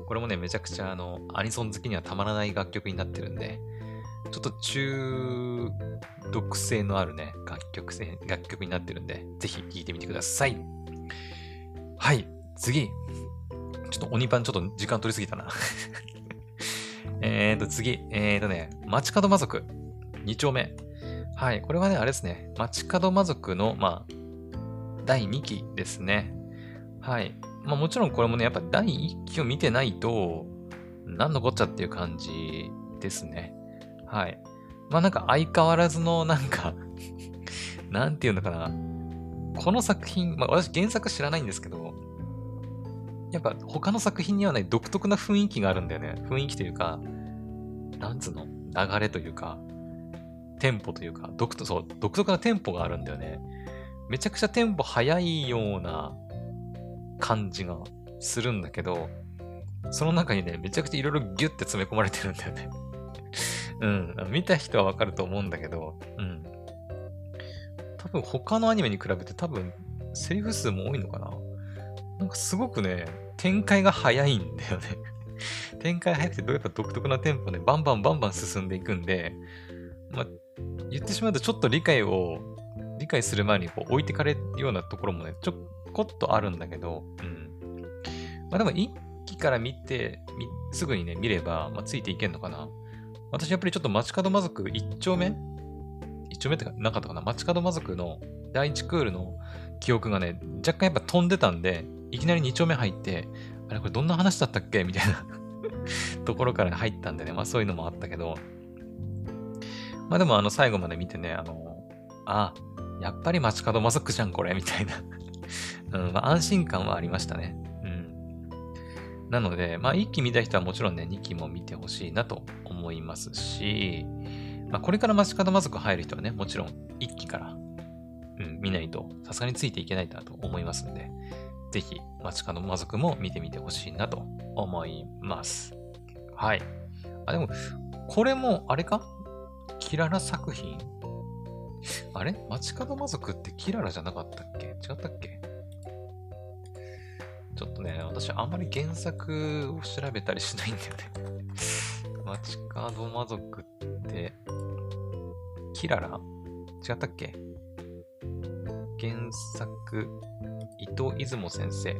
これもね、めちゃくちゃ、あの、アニソン好きにはたまらない楽曲になってるんで、ちょっと中毒性のあるね、楽曲性、楽曲になってるんで、ぜひ聴いてみてください。はい、次。ちょっと鬼パンちょっと時間取りすぎたな。えーと、次。えーとね、街角魔族。に丁目。はい。これはね、あれですね。街角魔族の、まあ、だいにきですね。はい。まあもちろんこれもね、やっぱだいいっきを見てないと、なんのこっちゃっていう感じですね。はい。まあなんか相変わらずのなんかなんていうのかな。この作品、まあ私原作知らないんですけど、やっぱ他の作品にはない独特な雰囲気があるんだよね。雰囲気というか、なんつうの流れというか、テンポというか、独特、そう、独特なテンポがあるんだよね。めちゃくちゃテンポ速いような感じがするんだけど、その中にね、めちゃくちゃいろいろギュッて詰め込まれてるんだよね。うん。見た人はわかると思うんだけど、うん。多分他のアニメに比べて多分セリフ数も多いのかな。なんかすごくね、展開が早いんだよね。展開早くてどうやっぱ独特なテンポでバンバンバンバン進んでいくんで、まあ、言ってしまうとちょっと理解を、理解する前にこう置いてかれるようなところもね、ちょこっとあるんだけど、うん。まあでも一期から見て、すぐにね、見れば、まあ、ついていけんのかな。私やっぱりちょっと街角魔族一丁目一丁目ってかなかったかな街角魔族のだいいちクールの記憶がね、若干やっぱ飛んでたんで、いきなりに丁目入って、あれこれどんな話だったっけみたいなところから入ったんでね、まあそういうのもあったけど、 まあでもあの最後まで見てね、あの、あ、やっぱり街角魔族じゃんこれ、みたいな。うん、まあ、安心感はありましたね。うん。なので、まあいっき見た人はもちろんね、にきも見てほしいなと思いますし、まあこれから街角魔族入る人はね、もちろんいっきから、うん、見ないと、さすがについていけないなと思いますんで、ぜひ、街角魔族も見てみてほしいなと思います。はい。あ、でも、これも、あれかキララ作品あれ街角魔族ってキララじゃなかったっけ違ったっけちょっとね、私あんまり原作を調べたりしないんだよね。街角魔族って、キララ違ったっけ原作、伊藤出雲先生。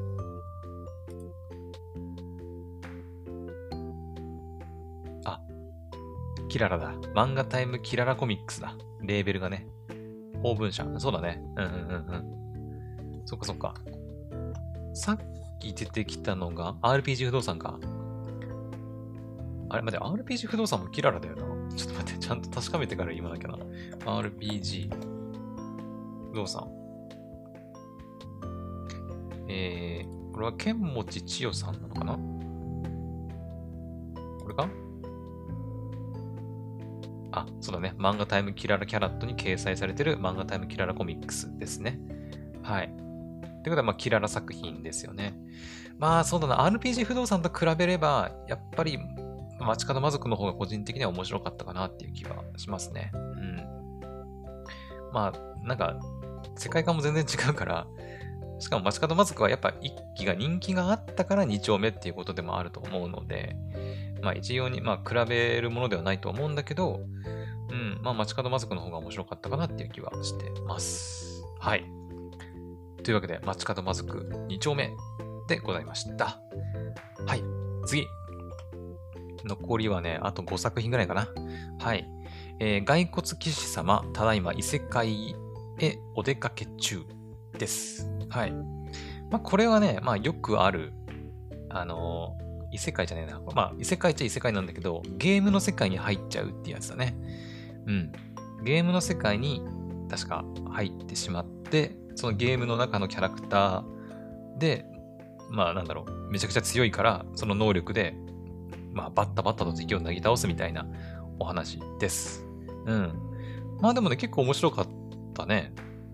あ、キララだ。漫画タイムキララコミックスだ。レーベルがね。法文社。そうだね。うんうんうんうん。そっかそっか。さっき出てきたのが アールピージー 不動産か。あれ、待って、アールピージー 不動産もキララだよな。ちょっと待って、ちゃんと確かめてから言わなきゃな。アールピージー 不動産。えー、これは剣持千代さんなのかなこれかあ、そうだね。漫画タイムキララキャラットに掲載されている漫画タイムキララコミックスですね。はい。ということは、まあ、キララ作品ですよね。まあ、そうだな。アールピージー 不動産と比べれば、やっぱり、街角魔族の方が個人的には面白かったかなっていう気はしますね。うん。まあ、なんか、世界観も全然違うから、しかも街角魔族はやっぱいっきが人気があったからに丁目っていうことでもあると思うので、まあ一様に、まあ比べるものではないと思うんだけど、うん、まあ街角魔族の方が面白かったかなっていう気はしてます。はい。というわけで、街角魔族に丁目でございました。はい。次。残りはね、あとごさく品ぐらいかな。はい。えー、骸骨騎士様、ただいま異世界へお出かけ中です。はい。まあ、これはね、まあ、よくある、あのー異世界じゃねえな。まあ、異世界っちゃ異世界なんだけど、ゲームの世界に入っちゃうっていうやつだね。うん。ゲームの世界に確か入ってしまって、そのゲームの中のキャラクターで、まあなんだろう、めちゃくちゃ強いから、その能力で、まあバッタバッタと敵をなぎ倒すみたいなお話です。うん。まあでもね、結構面白かったね。うん。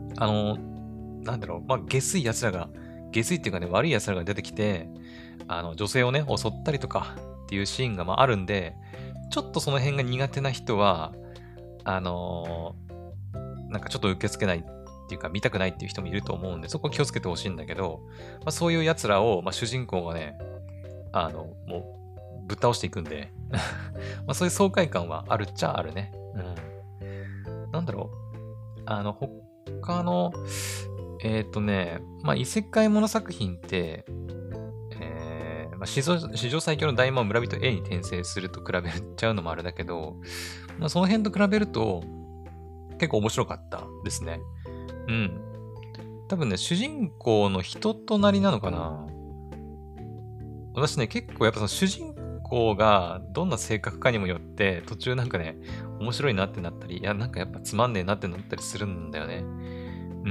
あの、なんだろう、まあ下水奴らが、下水っていうかね、悪い奴らが出てきて、あの、女性をね、襲ったりとかっていうシーンがまああるんで、ちょっとその辺が苦手な人は、あのーなんかちょっと受け付けないっていうか見たくないっていう人もいると思うんで、そこ気をつけてほしいんだけど、まあ、そういう奴らを、まあ、主人公がね、あの、もうぶっ倒していくんで、まあそういう爽快感はあるっちゃあるね。うん。なんだろう。あの、他の、えっ、ー、とね、まあ異世界もの作品って、えーまあ、史上史上最強の大魔王村人 A に転生すると比べちゃうのもあれだけど、まあ、その辺と比べると結構面白かったですね。うん。多分ね、主人公の人となりなのかな。私ね、結構やっぱその主人公がどんな性格かにもよって途中なんかね、面白いなってなったり、いやなんかやっぱつまんねえなってなったりするんだよね。うん。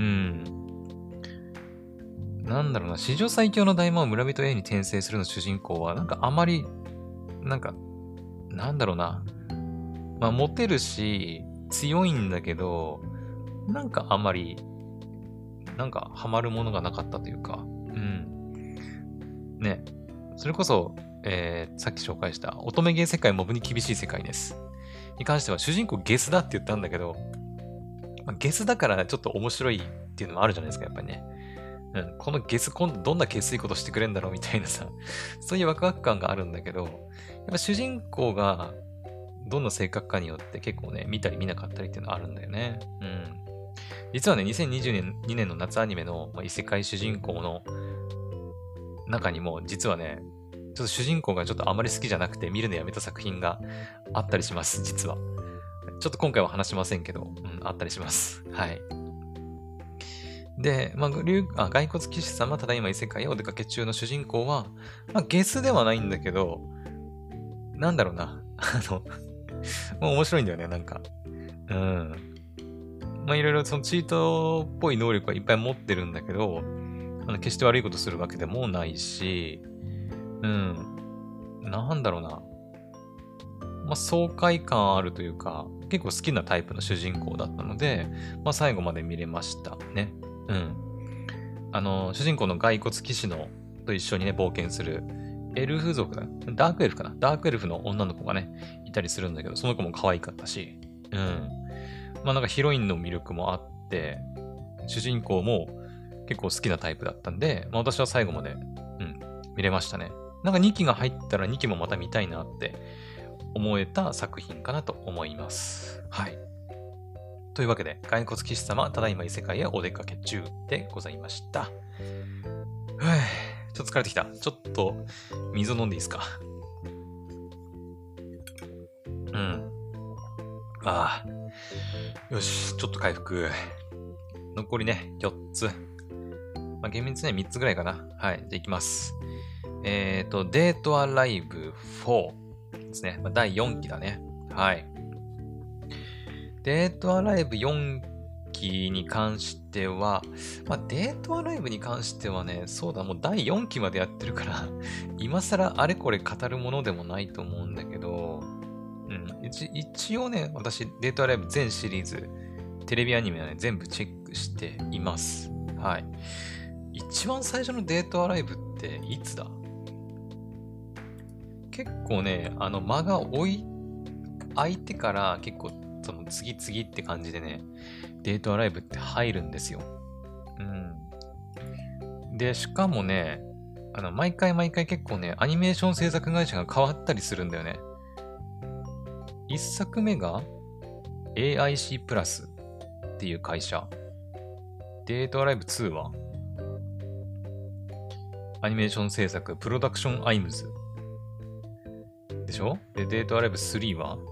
なんだろうな、史上最強の大魔王村人 A に転生するの主人公はなんかあまり、なんか、なんだろうな。まあモテるし、強いんだけど、なんかあんまり、なんかハマるものがなかったというか、うん。ね。それこそ、えー、さっき紹介した乙女ゲー世界モブに厳しい世界です。に関しては主人公ゲスだって言ったんだけど、まあ、ゲスだからちょっと面白いっていうのもあるじゃないですか、やっぱりね。うん、このゲス、今度どんなゲスいことしてくれんだろうみたいなさ、そういうワクワク感があるんだけど、やっぱ主人公がどんな性格かによって結構ね、見たり見なかったりっていうのはあるんだよね。うん。実はね、にせんにじゅうにねんの夏アニメの、まあ、異世界主人公の中にも、実はね、ちょっと主人公がちょっとあまり好きじゃなくて見るのやめた作品があったりします、実は。ちょっと今回は話しませんけど、うん、あったりします。はい。で、まあ、あ骸骨騎士様、ただいま異世界へお出かけ中の主人公は、まあ、ゲスではないんだけど、なんだろうな。あの、 もう面白いんだよね、なんか。うん。まあいろいろそのチートっぽい能力はいっぱい持ってるんだけど、あの決して悪いことするわけでもないし、うん。なんだろうな。まあ爽快感あるというか、結構好きなタイプの主人公だったので、まあ最後まで見れましたね。うん。あの、主人公の骸骨騎士のと一緒にね、冒険するエルフ族だ。ダークエルフかな。ダークエルフの女の子がね、いたりするんだけど、その子も可愛かったし、うん。まあなんかヒロインの魅力もあって、主人公も結構好きなタイプだったんで、まあ私は最後まで、うん、見れましたね。なんかにきが入ったらにきもまた見たいなって思えた作品かなと思います。はい。というわけで、骸骨騎士様、ただいま異世界へお出かけ中でございました。ふぅ、ちょっと疲れてきた。ちょっと水飲んでいいですか。うん。ああ。よし、ちょっと回復。残りね、よっつ。まあ、厳密にはみっつぐらいかな。はい。じゃあいきます。えっ、ー、と、デートアライブフォーですね。まあ、だいよんきだね。はい。デートアライブよんきに関しては、まあ、デートアライブに関してはね、そうだ、もうだいよんきまでやってるから、今更あれこれ語るものでもないと思うんだけど、うん、一一応ね、私、デートアライブ全シリーズ、テレビアニメはね、全部チェックしています。はい。一番最初のデートアライブっていつだ？結構ね、あの間が置い、空いてから結構その次々って感じでね、デートアライブって入るんですよ。うん。で、しかもね、あの、毎回毎回結構ね、アニメーション制作会社が変わったりするんだよね。一作目が エーアイシー プラスっていう会社。デートアライブツーはアニメーション制作、プロダクションアイムズ。でしょ？で、デートアライブスリーは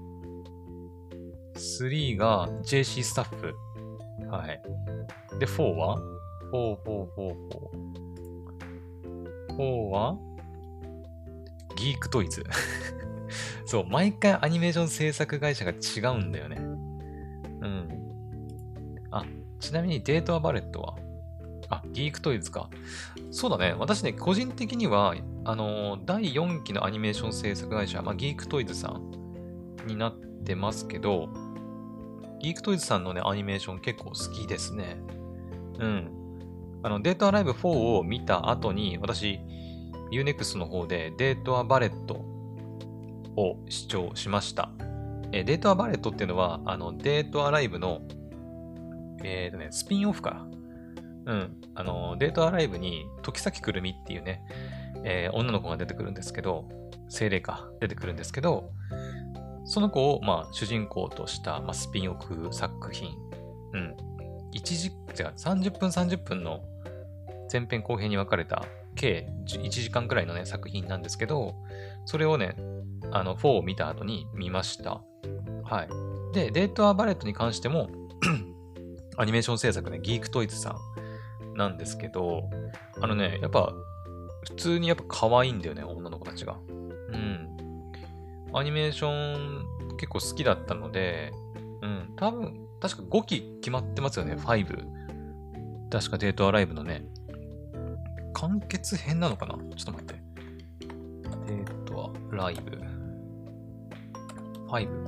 スリー が ジェーシー スタッフ。はい。で、フォーは フォー、フォー、フォー、フォー。フォーはギークトイズ。そう、毎回アニメーション制作会社が違うんだよね。うん。あ、ちなみにデートアバレットはあ、ギークトイズか。そうだね。私ね、個人的には、あのーだいよんきのアニメーション制作会社、まあ、ギークトイズさんになってますけど、ギークトイズさんのね、アニメーション結構好きですね。うん。あの、デートアライブフォーを見た後に、私、ユーネクスト の方でデートアバレットを視聴しました。えーデートアバレットっていうのは、あの、デートアライブの、えーとね、スピンオフか。うん。あの、デートアライブに、時崎くるみっていうね、えー女の子が出てくるんですけど、精霊か、出てくるんですけど、その子を、まあ、主人公とした、まあ、スピンオフ作品。うん。いちじ、じゃさんじゅっぷんさんじゅっぷんの前編後編に分かれた、計いちじかんくらいのね、作品なんですけど、それをね、あの、フォーを見た後に見ました。はい。で、デートアバレットに関しても、アニメーション制作ね、ギークトイズさんなんですけど、あのね、やっぱ、普通にやっぱ可愛いんだよね、女の子たちが。うん。アニメーション結構好きだったので、うん、多分、確かごき決まってますよね、ファイブ。確かデートアライブのね、完結編なのかな？ちょっと待って。デートアライブ。ファイブ。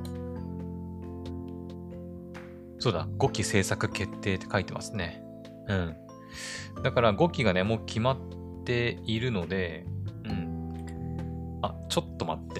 そうだ、ごき制作決定って書いてますね。うん。だからごきがね、もう決まっているので、うん。あ、ちょっと待って。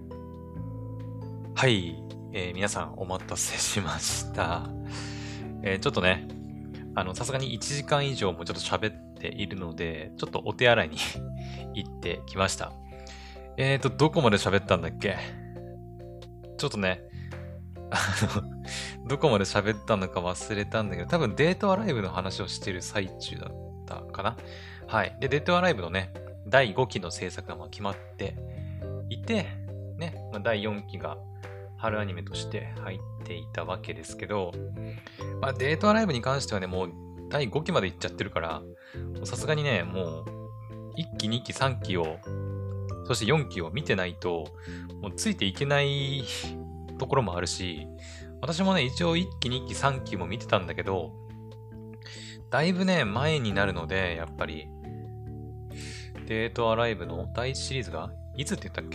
はい。えー皆さんお待たせしました。えーちょっとね、あの、さすがにいちじかん以上もちょっと喋っているので、ちょっとお手洗いに行ってきました。えーと、どこまで喋ったんだっけ？ちょっとね、あの、どこまで喋ったのか忘れたんだけど、多分デートアライブの話をしてる最中だったかな。はい。で、デートアライブのね、だいごきの制作がまあ決まっていて、ね、まあ、だいよんきが春アニメとして入っていたわけですけど、まあ、デートアライブに関してはね、もうだいごきまで行っちゃってるから、さすがにね、もういっき、にき、さんきを、そしてよんきを見てないと、もうついていけないところもあるし、私もね、一応いっき、にき、さんきも見てたんだけど、だいぶね、前になるので、やっぱり、デートアライブの第一シリーズが、いつって言ったっけ ?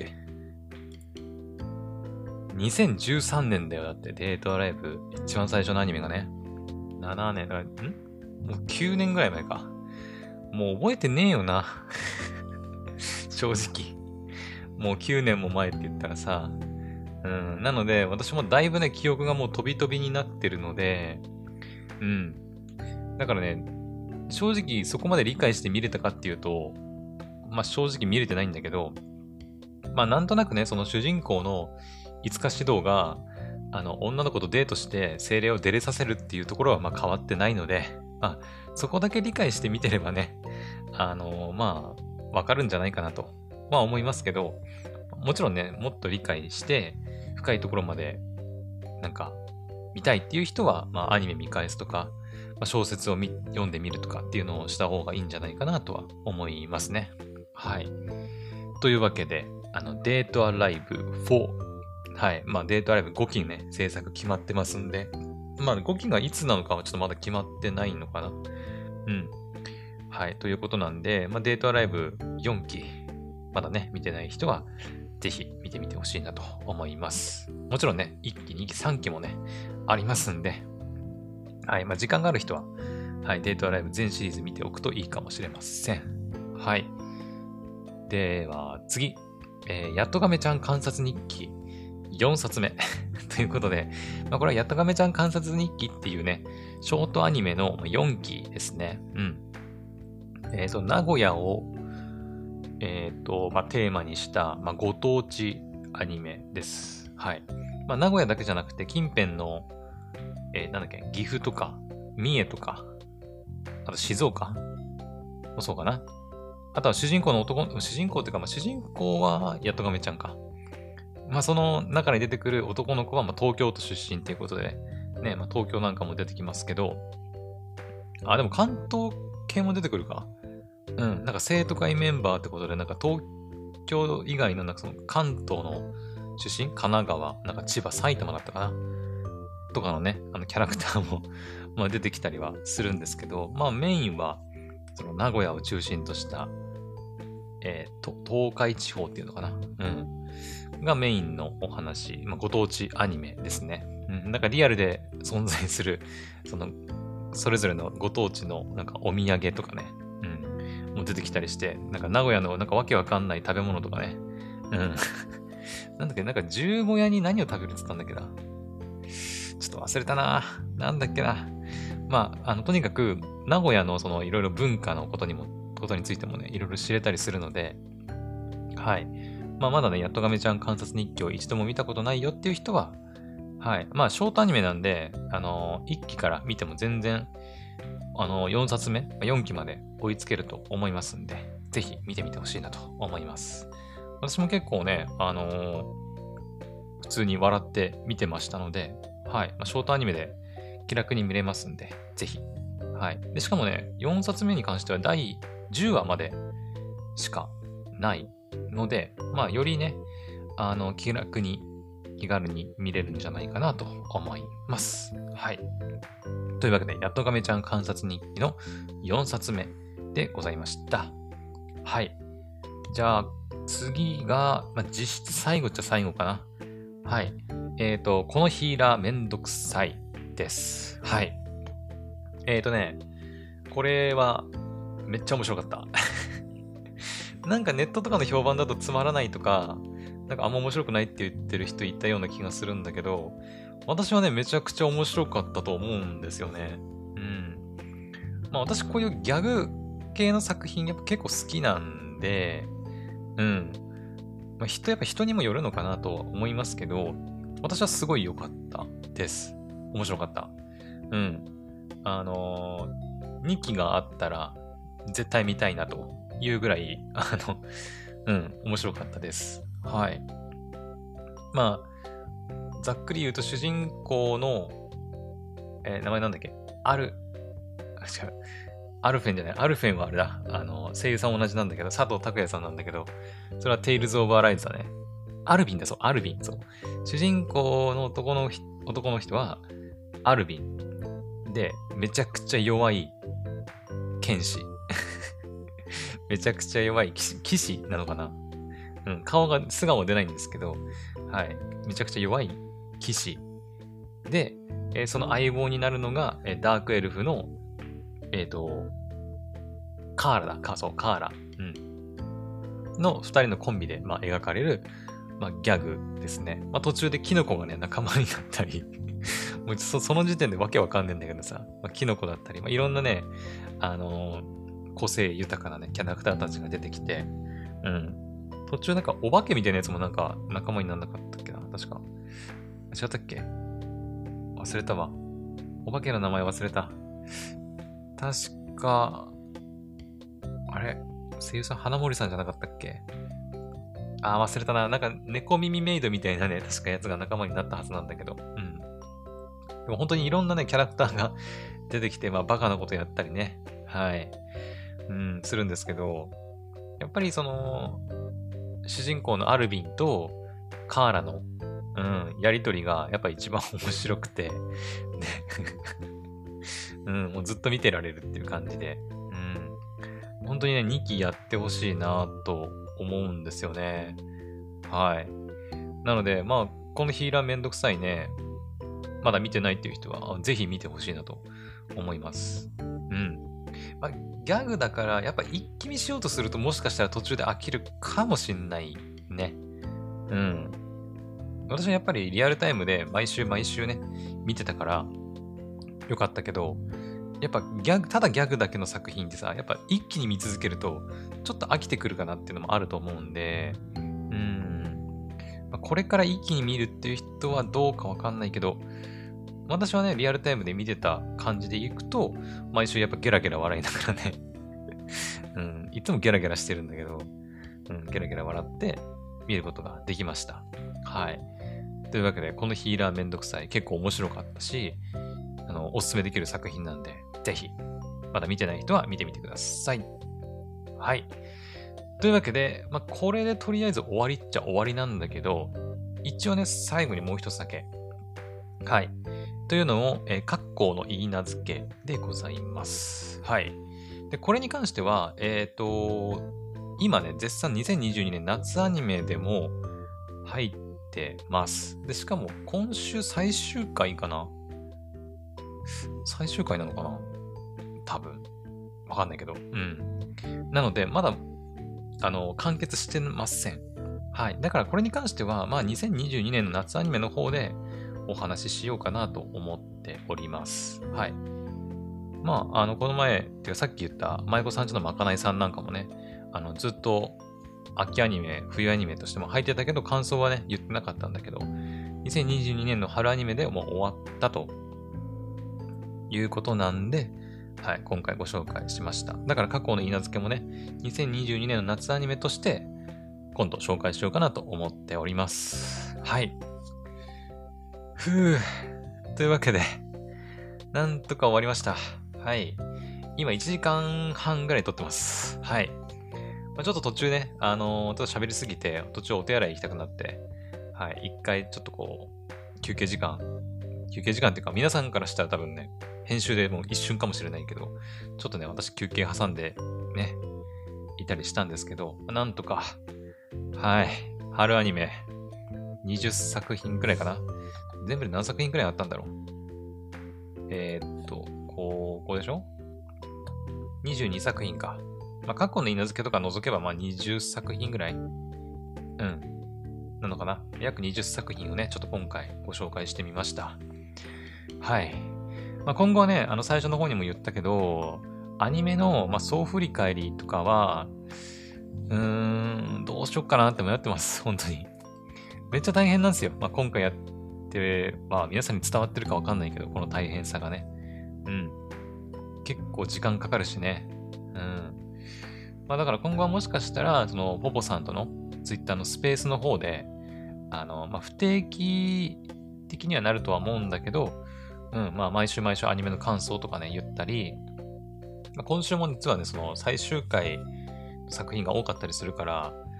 にせんじゅうさん 年だよ。だって、デートアライブ、一番最初のアニメがね。ななねん、んもうきゅうねんぐらい前か。もう覚えてねえよな。正直。もうきゅうねんも前って言ったらさ。うん。なので、私もだいぶね、記憶がもう飛び飛びになってるので、うん。だからね、正直そこまで理解して見れたかっていうと、まあ正直見れてないんだけど、まあなんとなくね、その主人公のいつか指導が、あの、女の子とデートして精霊を出れさせるっていうところはまあ変わってないので、まあそこだけ理解して見てればね、あのーまあわかるんじゃないかなと、まあ思いますけど、もちろんね、もっと理解して深いところまでなんか見たいっていう人は、まあアニメ見返すとか、まあ、小説をみ読んでみるとかっていうのをした方がいいんじゃないかなとは思いますね。はい。というわけで、あの、デートアライブフォー。はい。まあ、デートアライブごきね、制作決まってますんで、まあ、ごきがいつなのかはちょっとまだ決まってないのかな。うん。はい。ということなんで、まあ、デートアライブよんき、まだね、見てない人は、ぜひ見てみてほしいなと思います。もちろんね、いっき、にき、さんきもね、ありますんで、はい。まあ、時間がある人は、はい。デートアライブ全シリーズ見ておくといいかもしれません。はい。では、次。えー、やっとがめちゃん観察日記よんさつめということで、まあ、これはやっとがめちゃん観察日記っていうね、ショートアニメのよんきですね。うん。えー、その名古屋を、えっ、と、まあ、テーマにした、まあ、ご当地アニメです。はい。まあ、名古屋だけじゃなくて、近辺の、えー、なんだっけ、岐阜とか、三重とか、あと静岡もそうかな。あとは主人公の男、主人公っていうか、まあ、主人公はやっとがめちゃんか。まあ、その中に出てくる男の子は、まあ、東京都出身っていうことで、ね、まあ、東京なんかも出てきますけど、あ、でも関東系も出てくるか。うん、なんか生徒会メンバーってことで、なんか東京以外の、なんかその関東の出身神奈川、なんか千葉、埼玉だったかなとかのね、あのキャラクターもまあ出てきたりはするんですけど、まあメインは、その名古屋を中心とした、えー、と東海地方っていうのかな、うん、がメインのお話、まあ、ご当地アニメですね。うん、なんかリアルで存在する、その、それぞれのご当地のなんかお土産とかね、うん、もう出てきたりして、なんか名古屋のなんかわけわかんない食べ物とかね、うん。なんだっけ、なんか十五夜に何を食べるって言ったんだっけな。ちょっと忘れたな。なんだっけな。まあ、あの、とにかく、名古屋のそのいろいろ文化のことにも、ことについてもね、いろいろ知れたりするので、はい。まあ、まだね、やっとがめちゃん観察日記を一度も見たことないよっていう人は、はい。まあ、ショートアニメなんで、あのー、いっきから見ても全然、あのー、よんさつめ、よんきまで追いつけると思いますんで、ぜひ見てみてほしいなと思います。私も結構ね、あのー、普通に笑って見てましたので、はい。まあ、ショートアニメで気楽に見れますんで、ぜひ。はい。で、しかもね、よんさつめに関してはだいじゅうわまでしかないので、まあ、よりね、あの、気楽に、気軽に見れるんじゃないかなと思います。はい。というわけで、やっとがめちゃん観察日記のよんさつめでございました。はい。じゃあ、次が、まあ、実質最後っちゃ最後かな。はい。えっ、ー、と、このヒーラーめんどくさいです。はい。えっ、ー、とね、これはめっちゃ面白かった。なんかネットとかの評判だとつまらないとか、なんかあんま面白くないって言ってる人いたような気がするんだけど、私はね、めちゃくちゃ面白かったと思うんですよね。うん。まあ私こういうギャグ系の作品やっぱ結構好きなんで、うん。まあ人、やっぱ人にもよるのかなとは思いますけど、私はすごい良かったです。面白かった。うん。あのー、にきがあったら絶対見たいなというぐらい、あの、うん、面白かったです。はい。まあ、ざっくり言うと主人公の、えー名前なんだっけアル、あ、違う。アルフェンじゃない。アルフェンはあれだ。あの、声優さん同じなんだけど、佐藤拓也さんなんだけど、それはテイルズ・オブ・アライズだね。 アルビンだ、そう、アルビン、そう。主人公の男のひ男の人は、アルビン。で、めちゃくちゃ弱い剣士。めちゃくちゃ弱い騎士、騎士なのかな。うん、顔が、素顔出ないんですけど、はい。めちゃくちゃ弱い騎士。で、えーその相棒になるのが、えーダークエルフの、えっ、と、カーラだ。か、そう、カーラ。うん。の二人のコンビで、まあ、描かれる、まあ、ギャグですね。まあ、途中でキノコがね、仲間になったり、もうそその時点でわけわかんねえんだけどさ、まあ、キノコだったり、まあ、いろんなね、あのー個性豊かなね、キャラクターたちが出てきて、うん。途中なんかお化けみたいなやつもなんか仲間にならなかったっけな、確か。違ったっけ、忘れたわ。お化けの名前忘れた。確か、あれ声優さん花森さんじゃなかったっけ。あー、忘れたな。なんか猫耳メイドみたいなね、確かやつが仲間になったはずなんだけど。うん。でも本当にいろんなね、キャラクターが出てきて、まあバカなことやったりね。はい。うん、するんですけど、やっぱりその、主人公のアルビンとカーラの、うん、やりとりがやっぱ一番面白くて、ねうん、もうずっと見てられるっていう感じで、うん、本当にね、にきやってほしいなと思うんですよね。はい。なので、まあ、このヒーラーめんどくさいね、まだ見てないっていう人は、あぜひ見てほしいなと思います。うん。まあ、ギャグだから、やっぱ一気見しようとすると、もしかしたら途中で飽きるかもしんないね。うん。私はやっぱりリアルタイムで毎週毎週ね、見てたからよかったけど、やっぱギャグ、ただギャグだけの作品ってさ、やっぱ一気に見続けると、ちょっと飽きてくるかなっていうのもあると思うんで、うーん。まあこれから一気に見るっていう人はどうかわかんないけど、私はね、リアルタイムで見てた感じでいくと、毎週やっぱゲラゲラ笑いながらね、うん、いつもゲラゲラしてるんだけど、うん、ゲラゲラ笑って見ることができました。はい。というわけで、このヒーラーめんどくさい結構面白かったし、あの、おすすめできる作品なんで、ぜひ、まだ見てない人は見てみてください。はい。というわけで、まあ、これでとりあえず終わりっちゃ終わりなんだけど、一応ね、最後にもう一つだけ。はい。というのを、えー、括弧の言い名付けでございます。はい。で、これに関しては、えっと、今ね、絶賛にせんにじゅうにねん夏アニメでも入ってます。で、しかも今週最終回かな、最終回なのかな、多分。わかんないけど。うん。なので、まだ、あの、完結してません。はい。だからこれに関しては、まあにせんにじゅうにねんの夏アニメの方でお話ししようかなと思っております。はい。まあ、あの、この前、てかさっき言った舞妓さんちのまかないさんなんかもね、あの、ずっと秋アニメ、冬アニメとしても入ってたけど、感想はね、言ってなかったんだけど、にせんにじゅうにねんの春アニメでもう終わったということなんで、はい、今回ご紹介しました。だから過去の稲付けもね、にせんにじゅうにねんの夏アニメとして、今度紹介しようかなと思っております。はい。ふぅ。というわけで、なんとか終わりました。はい。今いちじかんはんぐらい撮ってます。はい。まあ、ちょっと途中ね、あのー、ちょっと喋りすぎて、途中お手洗い行きたくなって、はい。一回ちょっとこう、休憩時間、休憩時間っていうか、皆さんからしたら多分ね、編集でもう一瞬かもしれないけど、ちょっとね、私休憩挟んで、ね、いたりしたんですけど、なんとか、はい。春アニメ、にじゅっさく品くらいかな。全部で何作品くらいあったんだろう。えー、っと、こう、こうでしょ ?にじゅうに 作品か。まあ、過去の稲付けとか除けば、まあ、にじゅっさく品ぐらいうん。なのかな。約にじゅっさく品をね、ちょっと今回ご紹介してみました。はい。まあ、今後はね、あの、最初の方にも言ったけど、アニメの、まあ、総振り返りとかは、うーん、どうしよっかなって迷ってます。本当に。めっちゃ大変なんですよ。まあ、今回やって、まあ、皆さんに伝わってるかわかんないけど、この大変さがね。うん。結構時間かかるしね。うん。まあ、だから今後はもしかしたら、その、ポポさんとのツイッターのスペースの方で、あの、まあ、不定期的にはなるとは思うんだけど、うん、まあ、毎週毎週アニメの感想とかね、言ったり、まあ、今週も実はね、その最終回の作品が多かったりするから、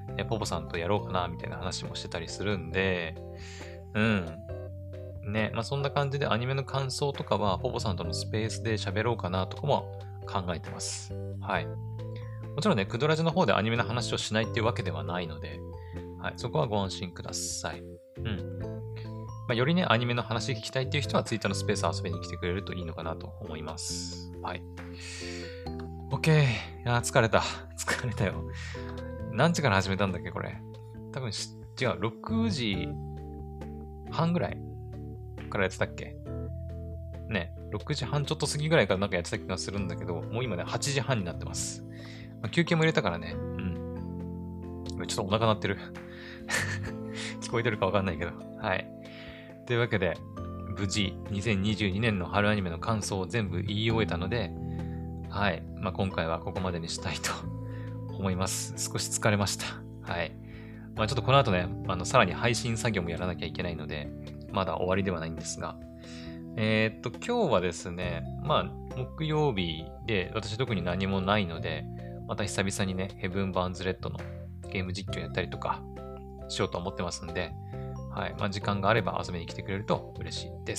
ね、ポポさんとやろうかな、みたいな話もしてたりするんで、うん。ね、まあそんな感じでアニメの感想とかは、ポポさんとのスペースで喋ろうかなとかも考えてます。はい。もちろんね、クドラジの方でアニメの話をしないっていうわけではないので、はい、そこはご安心ください。うん。まあ、よりね、アニメの話聞きたいっていう人は Twitter のスペース遊びに来てくれるといいのかなと思います。はい。OK。いやー、疲れた。疲れたよ。何時から始めたんだっけ、これ。多分し、違う、ろくじはんぐらいからやってたっけね、ろくじはんちょっと過ぎぐらいからなんかやってた気がするんだけど、もう今ね、はちじはんになってます。まあ、休憩も入れたからね。うん。ちょっとお腹鳴ってる。聞こえてるかわかんないけど。はい。というわけで、無事、にせんにじゅうにねんの春アニメの感想を全部言い終えたので、はい。まあ、今回はここまでにしたいと思います。少し疲れました。はい。まあ、ちょっとこの後ね、あの、さらに配信作業もやらなきゃいけないので、まだ終わりではないんですが、えーっと、今日はですね、まあ、木曜日で、私特に何もないので、また久々にね、ヘブン・バーンズ・レッドのゲーム実況やったりとか、しようと思ってますんで、はい。まあ、時間があれば遊びに来てくれると嬉しいです。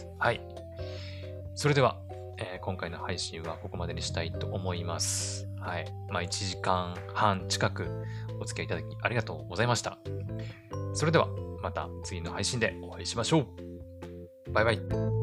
はい。それでは、えー今回の配信はここまでにしたいと思います。はい。まあ、いちじかんはん近くお付き合いいただきありがとうございました。それでは、また次の配信でお会いしましょう。バイバイ。